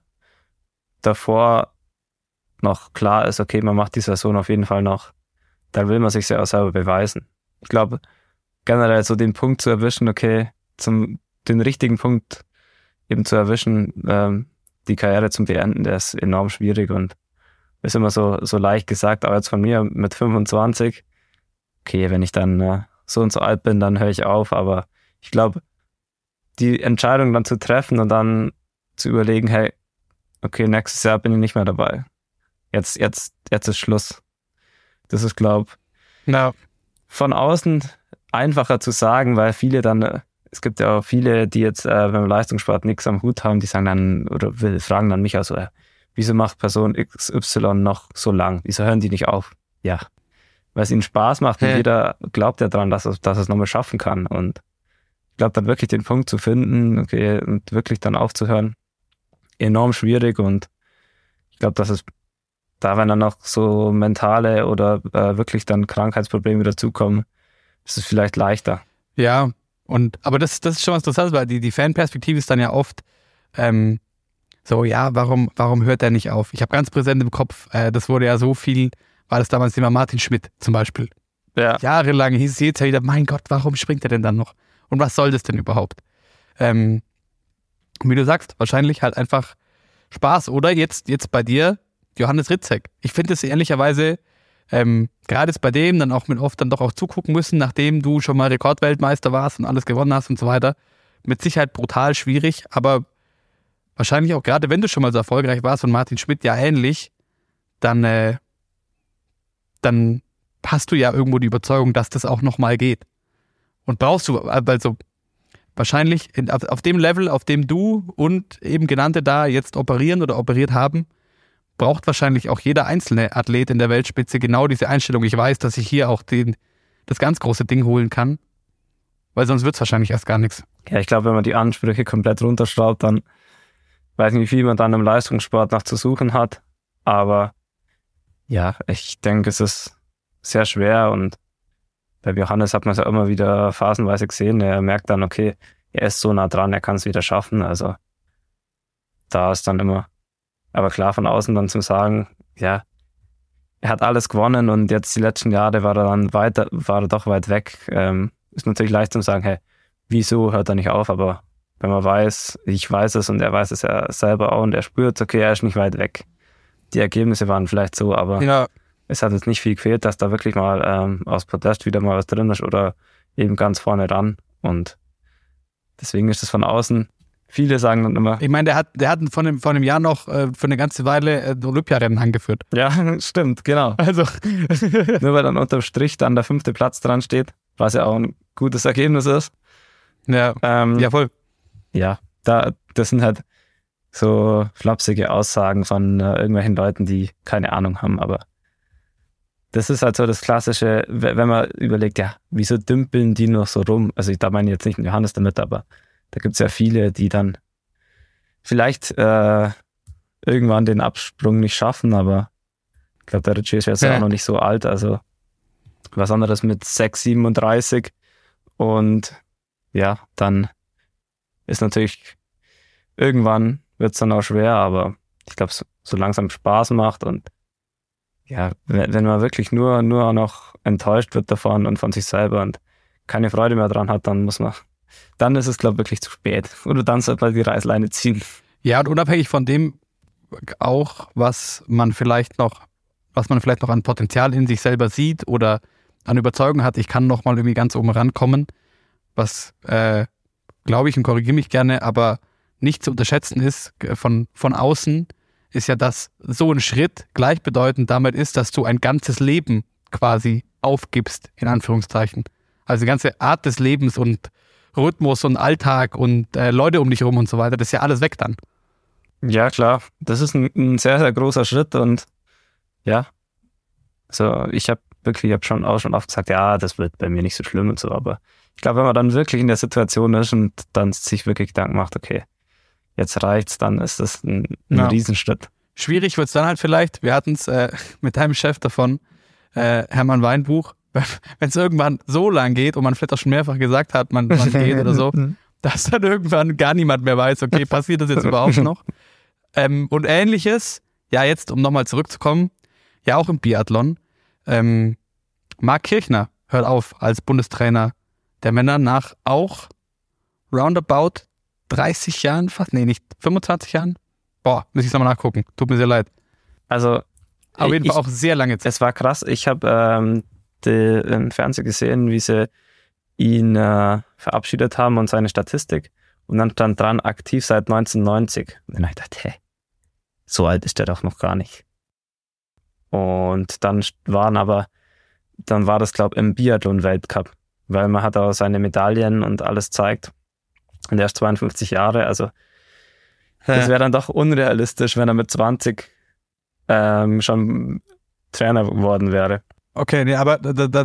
davor noch klar ist, okay, man macht die Saison auf jeden Fall noch, dann will man sich ja auch selber beweisen. Ich glaube, generell so den Punkt zu erwischen, okay, den richtigen Punkt eben zu erwischen, die Karriere zum Beenden, der ist enorm schwierig und ist immer so leicht gesagt, aber jetzt von mir mit 25, okay, wenn ich dann so und so alt bin, dann höre ich auf, aber ich glaube, die Entscheidung dann zu treffen und dann zu überlegen, hey, okay, nächstes Jahr bin ich nicht mehr dabei. Jetzt ist Schluss. Das ist, glaube ich, von außen einfacher zu sagen, weil viele dann, es gibt ja auch viele, die jetzt beim Leistungssport nichts am Hut haben, die sagen dann, oder fragen dann mich auch so, wieso macht Person XY noch so lang? Wieso hören die nicht auf? Ja, weil es ihnen Spaß macht und jeder glaubt ja daran, dass es nochmal schaffen kann. Und ich glaube, dann wirklich den Punkt zu finden, okay, und wirklich dann aufzuhören, enorm schwierig. Und ich glaube, dass es da, wenn dann noch so mentale oder wirklich dann Krankheitsprobleme dazukommen, ist es vielleicht leichter. Ja, aber das ist schon was Interessantes, weil die Fanperspektive ist dann ja oft so, ja, warum hört er nicht auf? Ich habe ganz präsent im Kopf, das wurde ja so viel, war das damals Thema Martin Schmidt zum Beispiel. Ja. Jahrelang hieß es jetzt ja wieder, mein Gott, warum springt er denn dann noch? Und was soll das denn überhaupt? Wie du sagst, wahrscheinlich halt einfach Spaß. Oder jetzt bei dir, Johannes Ritzek. Ich finde es ehrlicherweise, gerade jetzt bei dem, dann auch mit oft dann doch auch zugucken müssen, nachdem du schon mal Rekordweltmeister warst und alles gewonnen hast und so weiter. Mit Sicherheit brutal schwierig, aber wahrscheinlich auch gerade, wenn du schon mal so erfolgreich warst und Martin Schmidt ja ähnlich, dann hast du ja irgendwo die Überzeugung, dass das auch nochmal geht. Und brauchst du, also wahrscheinlich auf dem Level, auf dem du und eben Genannte da jetzt operieren oder operiert haben, braucht wahrscheinlich auch jeder einzelne Athlet in der Weltspitze genau diese Einstellung. Ich weiß, dass ich hier auch das ganz große Ding holen kann, weil sonst wird es wahrscheinlich erst gar nichts. Ja, ich glaube, wenn man die Ansprüche komplett runterschraubt, dann weiß nicht, wie viel man dann im Leistungssport noch zu suchen hat. Aber ja, ich denke, es ist sehr schwer und bei Johannes hat man es ja immer wieder phasenweise gesehen. Er merkt dann, okay, er ist so nah dran, er kann es wieder schaffen. Also da ist dann immer, aber klar von außen dann zu sagen, ja, er hat alles gewonnen und jetzt die letzten Jahre war er doch weit weg. Ist natürlich leicht zu sagen, hey, wieso hört er nicht auf? Aber wenn man weiß, ich weiß es und er weiß es ja selber auch und er spürt, okay, er ist nicht weit weg. Die Ergebnisse waren vielleicht so, aber ja. Es hat jetzt nicht viel gefehlt, dass da wirklich mal aus Podest wieder mal was drin ist oder eben ganz vorne ran. Und deswegen ist es von außen, viele sagen dann immer... Ich meine, der hat vor einem Jahr noch für eine ganze Weile Olympiarennen angeführt. Ja, stimmt, genau. Also nur weil dann unterm Strich dann der 5. Platz dran steht, was ja auch ein gutes Ergebnis ist. Ja, ja voll. Ja, das sind halt so flapsige Aussagen von irgendwelchen Leuten, die keine Ahnung haben, aber das ist halt so das Klassische, wenn man überlegt, ja, wieso dümpeln die noch so rum? Also da meine ich jetzt nicht den Johannes damit, aber da gibt es ja viele, die dann vielleicht irgendwann den Absprung nicht schaffen, aber ich glaube, der Ritchie ist jetzt ja auch noch nicht so alt, also was anderes mit 6,37 und ja, dann ist natürlich, irgendwann wird es dann auch schwer, aber ich glaube, so langsam Spaß macht und ja, wenn man wirklich nur noch enttäuscht wird davon und von sich selber und keine Freude mehr dran hat, dann ist es, glaube ich, wirklich zu spät. Oder dann sollte man die Reißleine ziehen. Ja, und unabhängig von dem auch, was man vielleicht noch an Potenzial in sich selber sieht oder an Überzeugung hat, ich kann noch mal irgendwie ganz oben rankommen, was, glaube ich, und korrigiere mich gerne, aber nicht zu unterschätzen ist von außen, ist ja, dass so ein Schritt gleichbedeutend damit ist, dass du ein ganzes Leben quasi aufgibst, in Anführungszeichen. Also die ganze Art des Lebens und Rhythmus und Alltag und Leute um dich rum und so weiter, das ist ja alles weg dann. Ja, klar. Das ist ein sehr, sehr großer Schritt und ja, also ich habe schon auch schon oft gesagt, ja, das wird bei mir nicht so schlimm und so, aber ich glaube, wenn man dann wirklich in der Situation ist und dann sich wirklich Gedanken macht, okay, jetzt reicht's, dann ist das ein Riesenschritt. Schwierig wird's dann halt vielleicht, wir hatten es mit deinem Chef davon, Hermann Weinbuch, wenn es irgendwann so lang geht und man vielleicht auch schon mehrfach gesagt hat, man geht oder so, dass dann irgendwann gar niemand mehr weiß, okay, passiert das jetzt überhaupt noch? Und Ähnliches, ja jetzt, um nochmal zurückzukommen, ja auch im Biathlon, Marc Kirchner hört auf als Bundestrainer der Männer nach auch roundabout 30 Jahren, fast, nee, nicht 25 Jahren? Boah, muss ich nochmal nachgucken, tut mir sehr leid. Also auf jeden Fall auch sehr lange Zeit. Es war krass, ich habe im Fernsehen gesehen, wie sie ihn verabschiedet haben und seine Statistik und dann stand dran, aktiv seit 1990. Und dann habe ich gedacht, hey, so alt ist der doch noch gar nicht. Und dann war das, glaube ich, im Biathlon-Weltcup, weil man hat auch seine Medaillen und alles zeigt. Und er ist 52 Jahre, also das wäre dann doch unrealistisch, wenn er mit 20 schon Trainer geworden wäre. Okay, nee, aber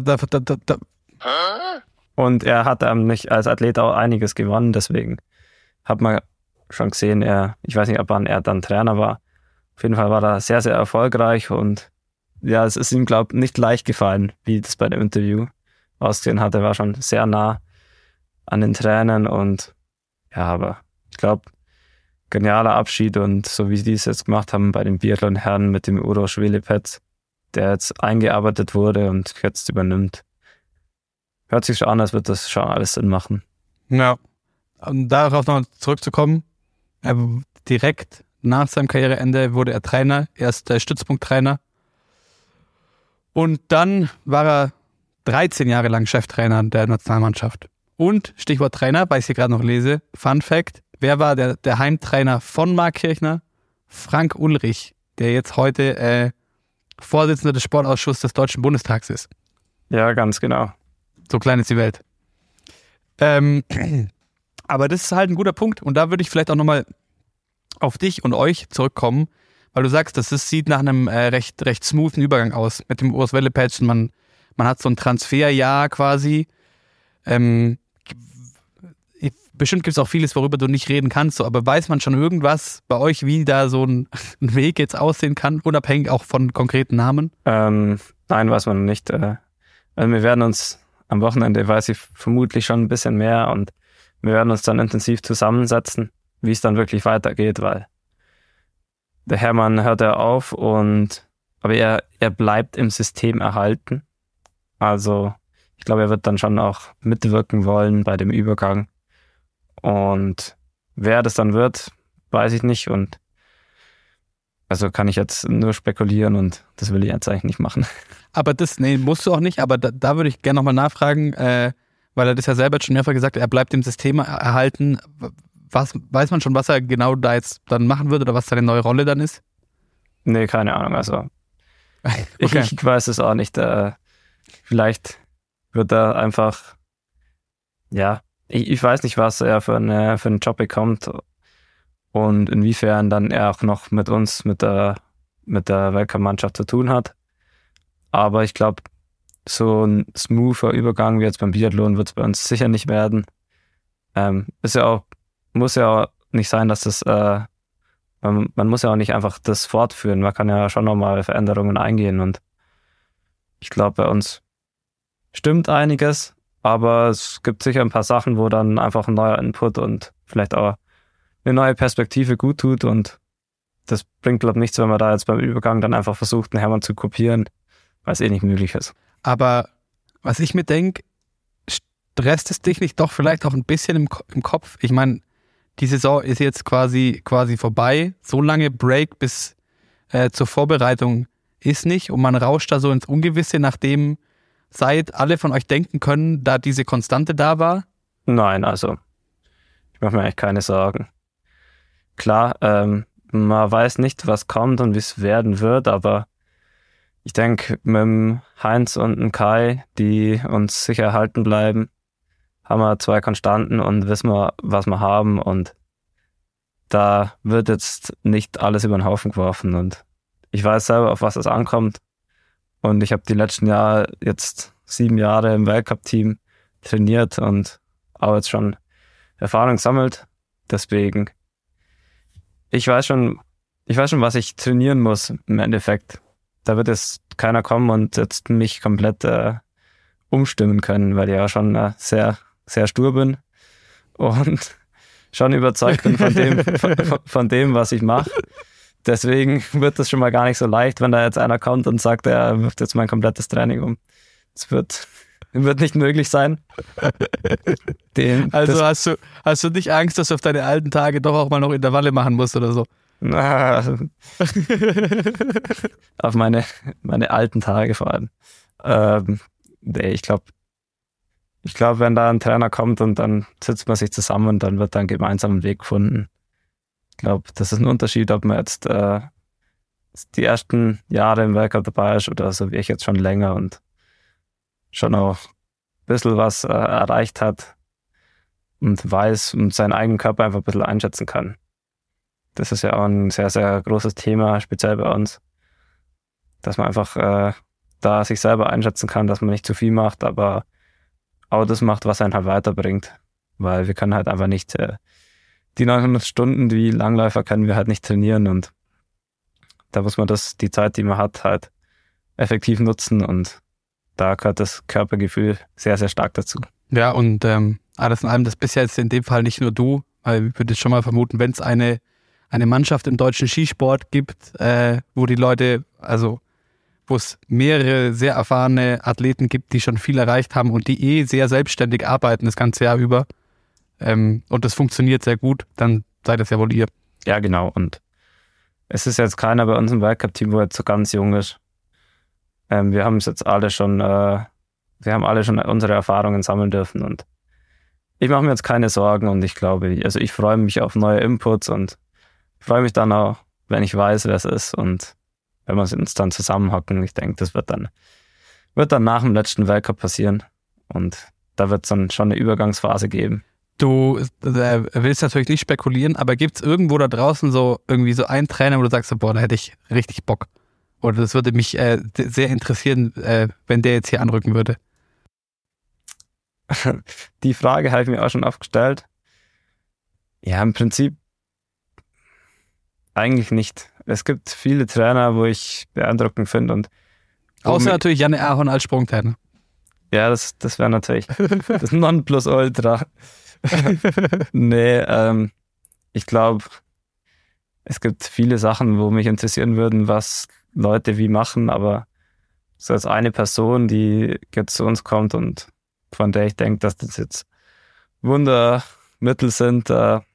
Und er hat nicht als Athlet auch einiges gewonnen, deswegen hat man schon gesehen, ich weiß nicht, ab wann er dann Trainer war. Auf jeden Fall war er sehr, sehr erfolgreich und ja, es ist ihm, glaube ich, nicht leicht gefallen, wie das bei dem Interview ausgesehen hat. Er war schon sehr nah an den Trainern und ja, aber ich glaube, genialer Abschied und so wie die es jetzt gemacht haben bei den Biathlon-Herren mit dem Uroš Velipec, der jetzt eingearbeitet wurde und jetzt übernimmt. Hört sich schon an, als wird das schon alles Sinn machen. Ja, um darauf noch zurückzukommen, direkt nach seinem Karriereende wurde er Trainer, erst Stützpunkttrainer und dann war er 13 Jahre lang Cheftrainer der Nationalmannschaft. Und, Stichwort Trainer, weil ich hier gerade noch lese, Fun Fact, wer war der Heimtrainer von Marc Kirchner? Frank Ulrich, der jetzt heute Vorsitzender des Sportausschusses des Deutschen Bundestags ist. Ja, ganz genau. So klein ist die Welt. Aber das ist halt ein guter Punkt und da würde ich vielleicht auch nochmal auf dich und euch zurückkommen, weil du sagst, sieht nach einem recht smoothen Übergang aus mit dem Uroš Velipec und man hat so ein Transferjahr quasi. Bestimmt gibt es auch vieles, worüber du nicht reden kannst, so, aber weiß man schon irgendwas bei euch, wie da so ein Weg jetzt aussehen kann, unabhängig auch von konkreten Namen? Nein, weiß man nicht. Also wir werden uns am Wochenende, weiß ich vermutlich schon ein bisschen mehr und wir werden uns dann intensiv zusammensetzen, wie es dann wirklich weitergeht, weil der Hermann hört auf aber er bleibt im System erhalten. Also ich glaube, er wird dann schon auch mitwirken wollen bei dem Übergang. Und wer das dann wird, weiß ich nicht. Und also kann ich jetzt nur spekulieren und das will ich jetzt eigentlich nicht machen. Aber musst du auch nicht. Aber da würde ich gerne nochmal nachfragen, weil er das ja selber schon mehrfach gesagt hat, er bleibt im System erhalten. Weiß man schon, was er genau da jetzt dann machen wird oder was seine neue Rolle dann ist? Nee, keine Ahnung. Also okay. Ich weiß es auch nicht. Vielleicht wird er einfach, ja, ich weiß nicht, was er für einen Job bekommt und inwiefern dann er auch noch mit uns, mit der Weltcup-Mannschaft zu tun hat. Aber ich glaube, so ein smoother Übergang wie jetzt beim Biathlon wird es bei uns sicher nicht werden. Muss ja auch nicht sein, dass das, man muss ja auch nicht einfach das fortführen. Man kann ja schon nochmal Veränderungen eingehen und ich glaube, bei uns stimmt einiges, aber es gibt sicher ein paar Sachen, wo dann einfach ein neuer Input und vielleicht auch eine neue Perspektive gut tut und das bringt, glaube ich, nichts, wenn man da jetzt beim Übergang dann einfach versucht, einen Hermann zu kopieren, weil es nicht möglich ist. Aber was ich mir denke, stresst es dich nicht doch vielleicht auch ein bisschen im Kopf? Ich meine, die Saison ist jetzt quasi vorbei, so lange Break bis zur Vorbereitung ist nicht und man rauscht da so ins Ungewisse, nachdem seit alle von euch denken können, da diese Konstante da war? Nein, also ich mache mir eigentlich keine Sorgen. Klar, man weiß nicht, was kommt und wie es werden wird, aber ich denke, mit dem Heinz und dem Kai, die uns sicher erhalten bleiben, haben wir 2 Konstanten und wissen wir, was wir haben und da wird jetzt nicht alles über den Haufen geworfen und ich weiß selber, auf was es ankommt und ich habe die letzten Jahre jetzt 7 Jahre im Weltcup-Team trainiert und auch jetzt schon Erfahrung gesammelt. Deswegen, ich weiß schon, was ich trainieren muss im Endeffekt. Da wird jetzt keiner kommen und jetzt mich komplett umstimmen können, weil ich ja schon sehr, sehr stur bin und schon überzeugt bin von dem, was ich mache. Deswegen wird das schon mal gar nicht so leicht, wenn da jetzt einer kommt und sagt, er wirft jetzt mein komplettes Training um. Das wird nicht möglich sein. Also hast du nicht Angst, dass du auf deine alten Tage doch auch mal noch Intervalle machen musst oder so? Auf meine alten Tage vor allem. Nee, ich glaube, wenn da ein Trainer kommt und dann sitzt man sich zusammen und dann wird da ein gemeinsamer Weg gefunden. Ich glaube, das ist ein Unterschied, ob man jetzt die ersten Jahre im Weltcup dabei ist oder so wie ich jetzt schon länger und schon auch ein bisschen was erreicht hat und weiß und seinen eigenen Körper einfach ein bisschen einschätzen kann. Das ist ja auch ein sehr, sehr großes Thema, speziell bei uns, dass man einfach da sich selber einschätzen kann, dass man nicht zu viel macht, aber auch das macht, was einen halt weiterbringt. Weil wir können halt einfach nicht, die 900 Stunden wie Langläufer können wir halt nicht trainieren und da muss man die Zeit, die man hat, halt effektiv nutzen und da gehört das Körpergefühl sehr, sehr stark dazu. Ja, und alles in allem, das bist ja jetzt in dem Fall nicht nur du, weil ich würde jetzt schon mal vermuten, wenn es eine Mannschaft im deutschen Skisport gibt, wo die Leute, also wo es mehrere sehr erfahrene Athleten gibt, die schon viel erreicht haben und die sehr selbstständig arbeiten das ganze Jahr über und das funktioniert sehr gut, dann seid das ja wohl ihr. Ja, genau. Und es ist jetzt keiner bei uns im Weltcup-Team, wo jetzt so ganz jung ist. Wir haben es jetzt alle schon, wir haben alle schon unsere Erfahrungen sammeln dürfen und ich mache mir jetzt keine Sorgen und ich glaube, also ich freue mich auf neue Inputs und freue mich dann auch, wenn ich weiß, wer es ist und wenn wir uns dann zusammenhocken. Ich denke, das wird dann nach dem letzten Weltcup passieren und da wird es dann schon eine Übergangsphase geben. Du willst natürlich nicht spekulieren, aber gibt es irgendwo da draußen so irgendwie so einen Trainer, wo du sagst, boah, da hätte ich richtig Bock? Oder das würde mich sehr interessieren, wenn der jetzt hier anrücken würde. Die Frage habe ich mir auch schon oft gestellt. Ja, im Prinzip eigentlich nicht. Es gibt viele Trainer, wo ich beeindruckend finde. Und außer natürlich Janne Ahorn als Sprungtrainer. Ja, das wäre natürlich das Nonplusultra. Nee, ich glaube, es gibt viele Sachen, wo mich interessieren würden, was Leute wie machen, aber so als eine Person, die jetzt zu uns kommt und von der ich denke, dass das jetzt Wundermittel sind,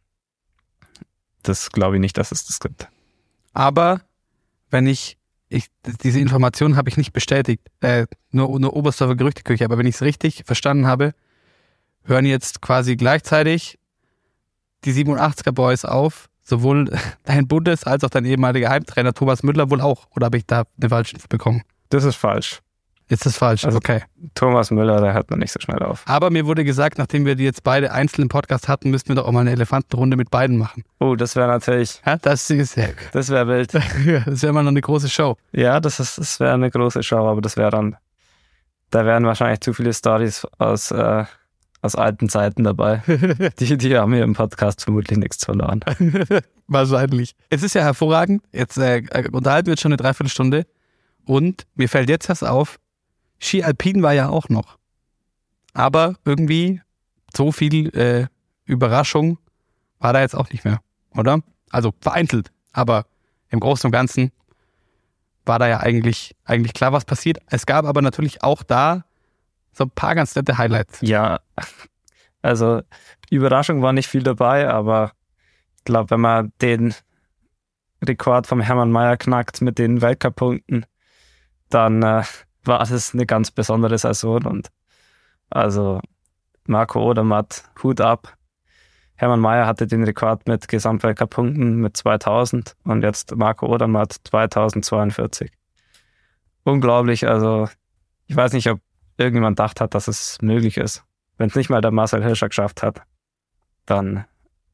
das glaube ich nicht, dass es das gibt. Aber wenn diese Information habe ich nicht bestätigt, nur Oberstdorfer Gerüchteküche, aber wenn ich es richtig verstanden habe, hören jetzt quasi gleichzeitig die 87er Boys auf, sowohl dein Bundes- als auch dein ehemaliger Heimtrainer Thomas Müller wohl auch, oder habe ich da eine falsche Info bekommen? Das ist falsch. Ist das falsch? Also okay. Thomas Müller, der hört man nicht so schnell auf. Aber mir wurde gesagt, nachdem wir die jetzt beide einzeln im Podcast hatten, müssten wir doch auch mal eine Elefantenrunde mit beiden machen. Oh, das wäre natürlich... Ja, das wäre wild. Das wäre mal noch eine große Show. Ja, das wäre eine große Show, aber das wäre dann... Da wären wahrscheinlich zu viele Storys aus alten Zeiten dabei. Die haben hier im Podcast vermutlich nichts verloren. Wahrscheinlich. Es ist ja hervorragend. Jetzt unterhalten wir jetzt schon eine Dreiviertelstunde. Und mir fällt jetzt erst auf, Ski Alpin war ja auch noch. Aber irgendwie so viel Überraschung war da jetzt auch nicht mehr, oder? Also vereinzelt, aber im Großen und Ganzen war da ja eigentlich klar, was passiert. Es gab aber natürlich auch da so ein paar ganz nette Highlights. Ja, also Überraschung war nicht viel dabei, aber ich glaube, wenn man den Rekord vom Hermann Maier knackt mit den Weltcup-Punkten, dann war das eine ganz besondere Saison und also Marco Odermatt, Hut ab. Hermann Maier hatte den Rekord mit Gesamtweltcup-Punkten mit 2000 und jetzt Marco Odermatt 2042. Unglaublich, also ich weiß nicht, ob irgendjemand gedacht hat, dass es möglich ist. Wenn es nicht mal der Marcel Hirscher geschafft hat, dann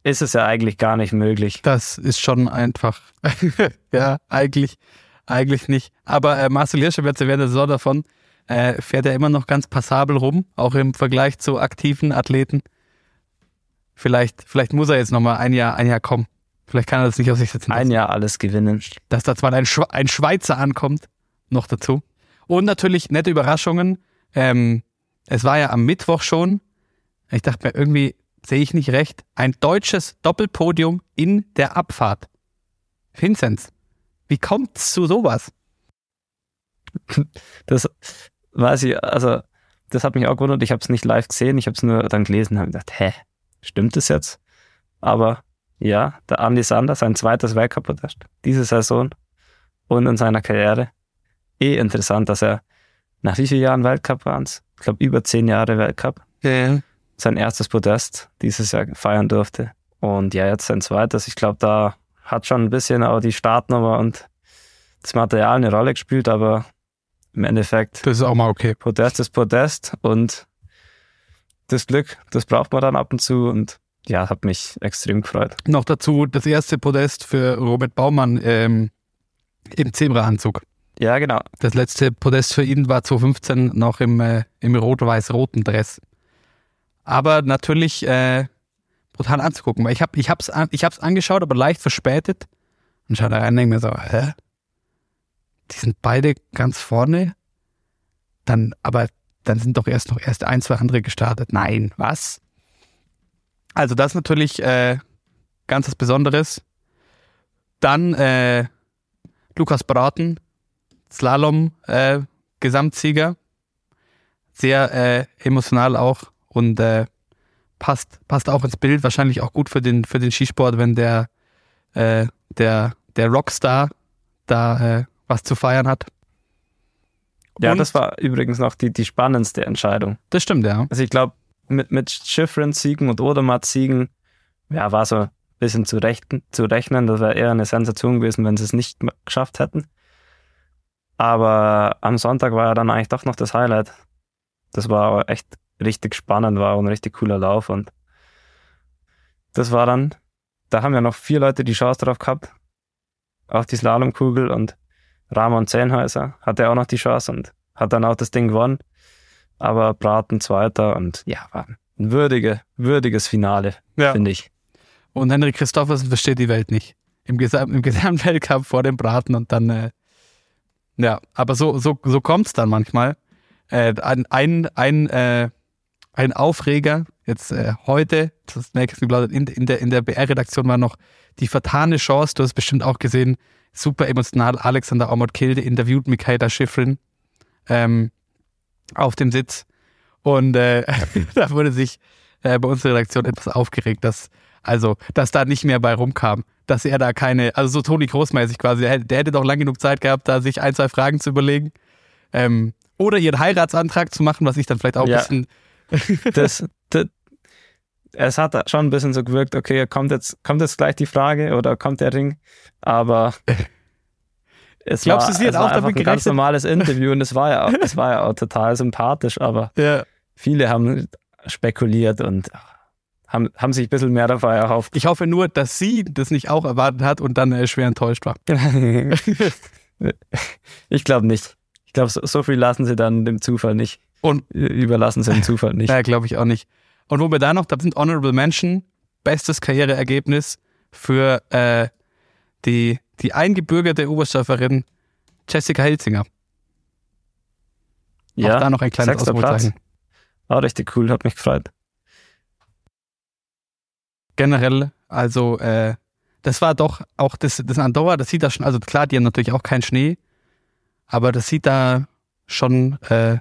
ist es ja eigentlich gar nicht möglich. Das ist schon einfach. Ja, eigentlich nicht. Aber Marcel Hirscher wird während der Saison davon, fährt er immer noch ganz passabel rum, auch im Vergleich zu aktiven Athleten. Vielleicht muss er jetzt nochmal ein Jahr kommen. Vielleicht kann er das nicht auf sich setzen. Ein Jahr alles gewinnen. Dass da zwar ein Schweizer ankommt, noch dazu. Und natürlich nette Überraschungen. Es war ja am Mittwoch schon, ich dachte mir, irgendwie sehe ich nicht recht, ein deutsches Doppelpodium in der Abfahrt. Vinzenz, wie kommt es zu sowas? Das weiß ich, also das hat mich auch gewundert. Ich habe es nicht live gesehen, ich habe es nur dann gelesen und habe gedacht, stimmt das jetzt? Aber ja, der Andi Sander, sein zweites Weltcup-Podest diese Saison und in seiner Karriere. Interessant, dass er nach wie vielen Jahren Weltcup waren es? Ich glaube über 10 Jahre Weltcup. Ja. Sein erstes Podest dieses Jahr feiern durfte. Und ja, jetzt sein zweites. Ich glaube, da hat schon ein bisschen auch die Startnummer und das Material eine Rolle gespielt, aber im Endeffekt Das ist auch mal okay. Podest ist Podest und das Glück, das braucht man dann ab und zu und ja, hat mich extrem gefreut. Noch dazu das erste Podest für Robert Baumann im Zebra-Anzug. Ja, genau. Das letzte Podest für ihn war 2015 noch im rot-weiß-roten Dress. Aber natürlich brutal anzugucken, weil ich hab's angeschaut, aber leicht verspätet und schaue da rein und denke mir so, die sind beide ganz vorne, dann sind doch erst 1, 2 andere gestartet. Nein, was? Also das ist natürlich ganz was Besonderes. Dann Lukas Braten, Slalom Gesamtsieger, sehr emotional auch und passt auch ins Bild, wahrscheinlich auch gut für den Skisport, wenn der Rockstar da was zu feiern hat. Ja, Und das war übrigens noch die spannendste Entscheidung. das stimmt, ja. Also ich glaube, mit Schifrin-Siegen und Odermatt-Siegen, ja, war so ein bisschen zu rechnen. Das wäre eher eine Sensation gewesen, wenn sie es nicht geschafft hätten. Aber am Sonntag war ja dann eigentlich doch noch das Highlight. Das war auch echt richtig spannend, war auch ein richtig cooler Lauf und das war dann, da haben ja noch 4 Leute die Chance drauf gehabt, auf die Slalomkugel und Ramon Zehnhäuser hatte auch noch die Chance und hat dann auch das Ding gewonnen. Aber Braten Zweiter und ja, war ein würdiges Finale, Ja. finde ich. Und Henrik Christophersen versteht die Welt nicht. Im Gesamtweltcup vor dem Braten und dann, ja, aber so kommt's dann manchmal. Ein Aufreger, jetzt heute, das nächste Blatt, in der BR-Redaktion war noch die vertane Chance, du hast bestimmt auch gesehen, super emotional, Alexander Aumont-Kilde interviewt Mikaela Shiffrin auf dem Sitz und da wurde sich bei unserer Redaktion etwas aufgeregt, dass da nicht mehr bei rumkam, dass er da also so Toni Kroos-mäßig quasi, der hätte doch lang genug Zeit gehabt, da sich 1, 2 Fragen zu überlegen oder ihren Heiratsantrag zu machen, was ich dann vielleicht auch ein bisschen... Es hat schon ein bisschen so gewirkt, okay, kommt jetzt gleich die Frage oder kommt der Ring, aber es Glaubst war, du, sie hat es war auch einfach damit ein ganz gerechnet? normales Interview und es war ja auch total sympathisch, aber Ja. viele haben spekuliert und haben sich ein bisschen mehr davon erhofft. Ich hoffe nur, dass sie das nicht auch erwartet hat und dann schwer enttäuscht war. Ich glaube nicht. Ich glaube, so viel lassen sie dann dem Zufall nicht. Und überlassen sie dem Zufall nicht. ja, glaube ich auch nicht. Und wo wir da sind Honorable Mention, bestes Karriereergebnis für die eingebürgerte Oberstdorferin Jessica Hilzinger. Ja, auch da noch ein kleines 6. Ausrufezeichen. Platz. Auch richtig cool, hat mich gefreut. Generell, also das war doch auch das Andorra, das sieht da schon, also klar, die haben natürlich auch keinen Schnee, aber das sieht da schon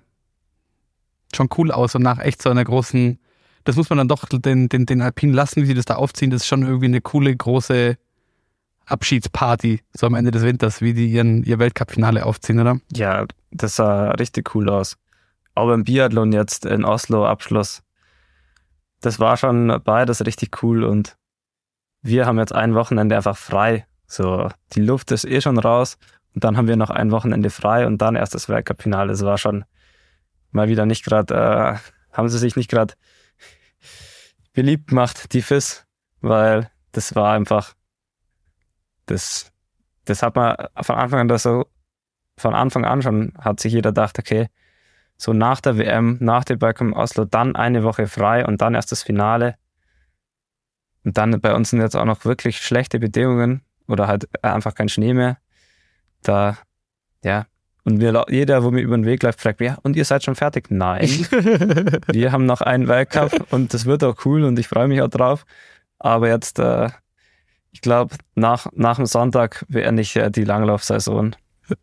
cool aus und nach echt so einer großen, das muss man dann doch den Alpinen lassen, wie sie das da aufziehen, das ist schon irgendwie eine coole, große Abschiedsparty, so am Ende des Winters, wie die ihr Weltcup-Finale aufziehen, oder? Ja, das sah richtig cool aus. Auch beim Biathlon jetzt in Oslo Abschluss. Das war schon beides richtig cool und wir haben jetzt ein Wochenende einfach frei. So, die Luft ist schon raus und dann haben wir noch ein Wochenende frei und dann erst das Weltcup-Finale. Das war schon mal wieder nicht gerade, haben sie sich nicht gerade beliebt gemacht, die FIS, weil das war einfach, das hat man von Anfang an schon, hat sich jeder gedacht, okay, so nach der WM, nach dem Bergkamp in Oslo, dann eine Woche frei und dann erst das Finale. Und dann bei uns sind jetzt auch noch wirklich schlechte Bedingungen oder halt einfach kein Schnee mehr. Und jeder, wo mir über den Weg läuft, fragt mich, ja, und ihr seid schon fertig? Nein. Wir haben noch einen Weltcup und das wird auch cool und ich freue mich auch drauf. Aber jetzt, ich glaube, nach dem Sonntag beende ich die Langlaufsaison.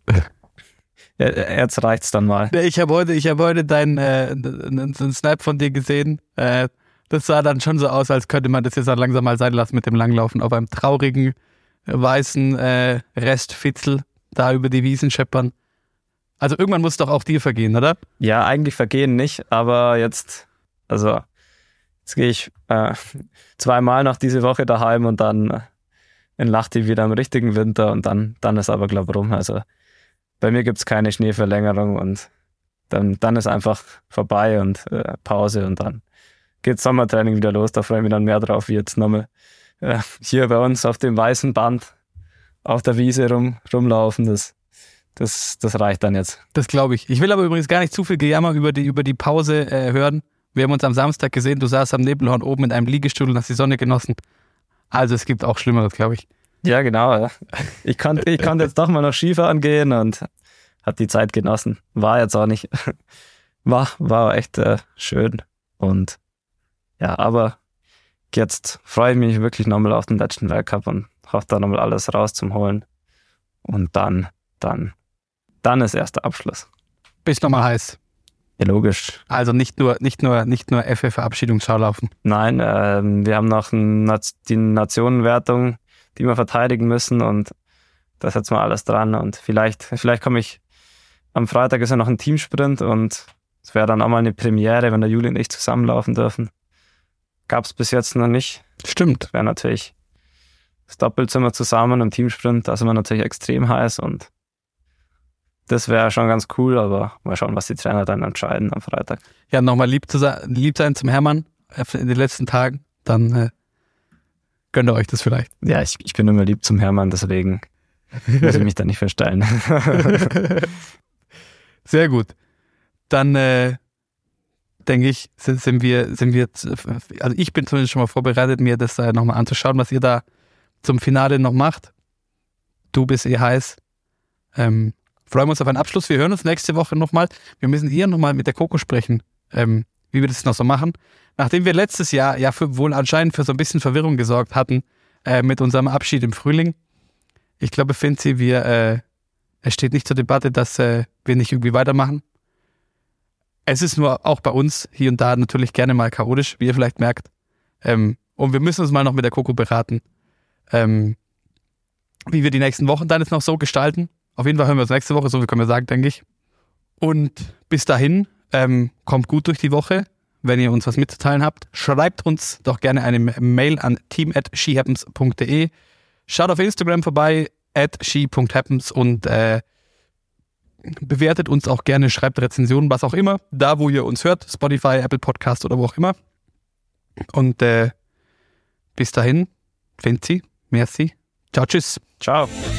Jetzt reicht's dann mal. Ich habe heute einen Snap von dir gesehen. Das sah dann schon so aus, als könnte man das jetzt dann langsam mal sein lassen mit dem Langlaufen auf einem traurigen, weißen Restfitzel da über die Wiesen scheppern. Also irgendwann muss es doch auch dir vergehen, oder? Ja, eigentlich vergehen nicht, aber jetzt gehe ich 2-mal noch diese Woche daheim und dann in Lahti wieder im richtigen Winter und dann ist aber, glaube ich, rum. Also bei mir gibt es keine Schneeverlängerung und dann ist einfach vorbei und Pause und dann geht Sommertraining wieder los. Da freue ich mich dann mehr drauf, wie jetzt nochmal hier bei uns auf dem weißen Band auf der Wiese rumlaufen. Das reicht dann jetzt. Das glaube ich. Ich will aber übrigens gar nicht zu viel Gejammer über die Pause hören. Wir haben uns am Samstag gesehen, du saßt am Nebelhorn oben in einem Liegestuhl und hast die Sonne genossen. Also es gibt auch Schlimmeres, glaube ich. Ja, genau. Ja. Ich konnte jetzt doch mal noch Skifahren gehen und habe die Zeit genossen. War jetzt auch nicht, war echt schön. Und ja, aber jetzt freue ich mich wirklich nochmal auf den letzten Weltcup und hoffe da nochmal alles raus zum Holen. Und dann ist erst der Abschluss. Bist nochmal heiß. Ja, logisch. Also nicht nur FF-Verabschiedungsschau laufen. Nein, wir haben noch die Nationenwertung, die wir verteidigen müssen und da setzen wir alles dran und vielleicht komme ich, am Freitag ist ja noch ein Teamsprint und es wäre dann auch mal eine Premiere, wenn der Juli und ich zusammenlaufen dürfen. Gab es bis jetzt noch nicht. Stimmt. Das wäre natürlich, das doppelt sind wir zusammen im Teamsprint, da sind wir natürlich extrem heiß und das wäre schon ganz cool, aber mal schauen, was die Trainer dann entscheiden am Freitag. Ja, nochmal lieb sein zum Hermann in den letzten Tagen, dann gönnt ihr euch das vielleicht. Ja, ich bin immer lieb zum Hermann, deswegen muss ich mich da nicht verstellen. Sehr gut. Dann denke ich, sind wir, also ich bin zumindest schon mal vorbereitet, mir das nochmal anzuschauen, was ihr da zum Finale noch macht. Du bist heiß. Freuen wir uns auf einen Abschluss. Wir hören uns nächste Woche nochmal. Wir müssen hier nochmal mit der Coco sprechen, wie wir das noch so machen. Nachdem wir letztes Jahr ja wohl anscheinend für so ein bisschen Verwirrung gesorgt hatten mit unserem Abschied im Frühling. Ich glaube, Finzi, es steht nicht zur Debatte, dass wir nicht irgendwie weitermachen. Es ist nur auch bei uns hier und da natürlich gerne mal chaotisch, wie ihr vielleicht merkt. Und wir müssen uns mal noch mit der Coco beraten, wie wir die nächsten Wochen dann jetzt noch so gestalten. Auf jeden Fall hören wir uns nächste Woche, so viel können wir sagen, denke ich. Und bis dahin, kommt gut durch die Woche. Wenn ihr uns was mitzuteilen habt, schreibt uns doch gerne eine Mail an team@skihappens.de. Schaut auf Instagram vorbei, @ski.happens und bewertet uns auch gerne, schreibt Rezensionen, was auch immer, da wo ihr uns hört, Spotify, Apple Podcast oder wo auch immer. Und bis dahin, Vinci, merci, ciao, tschüss. Ciao.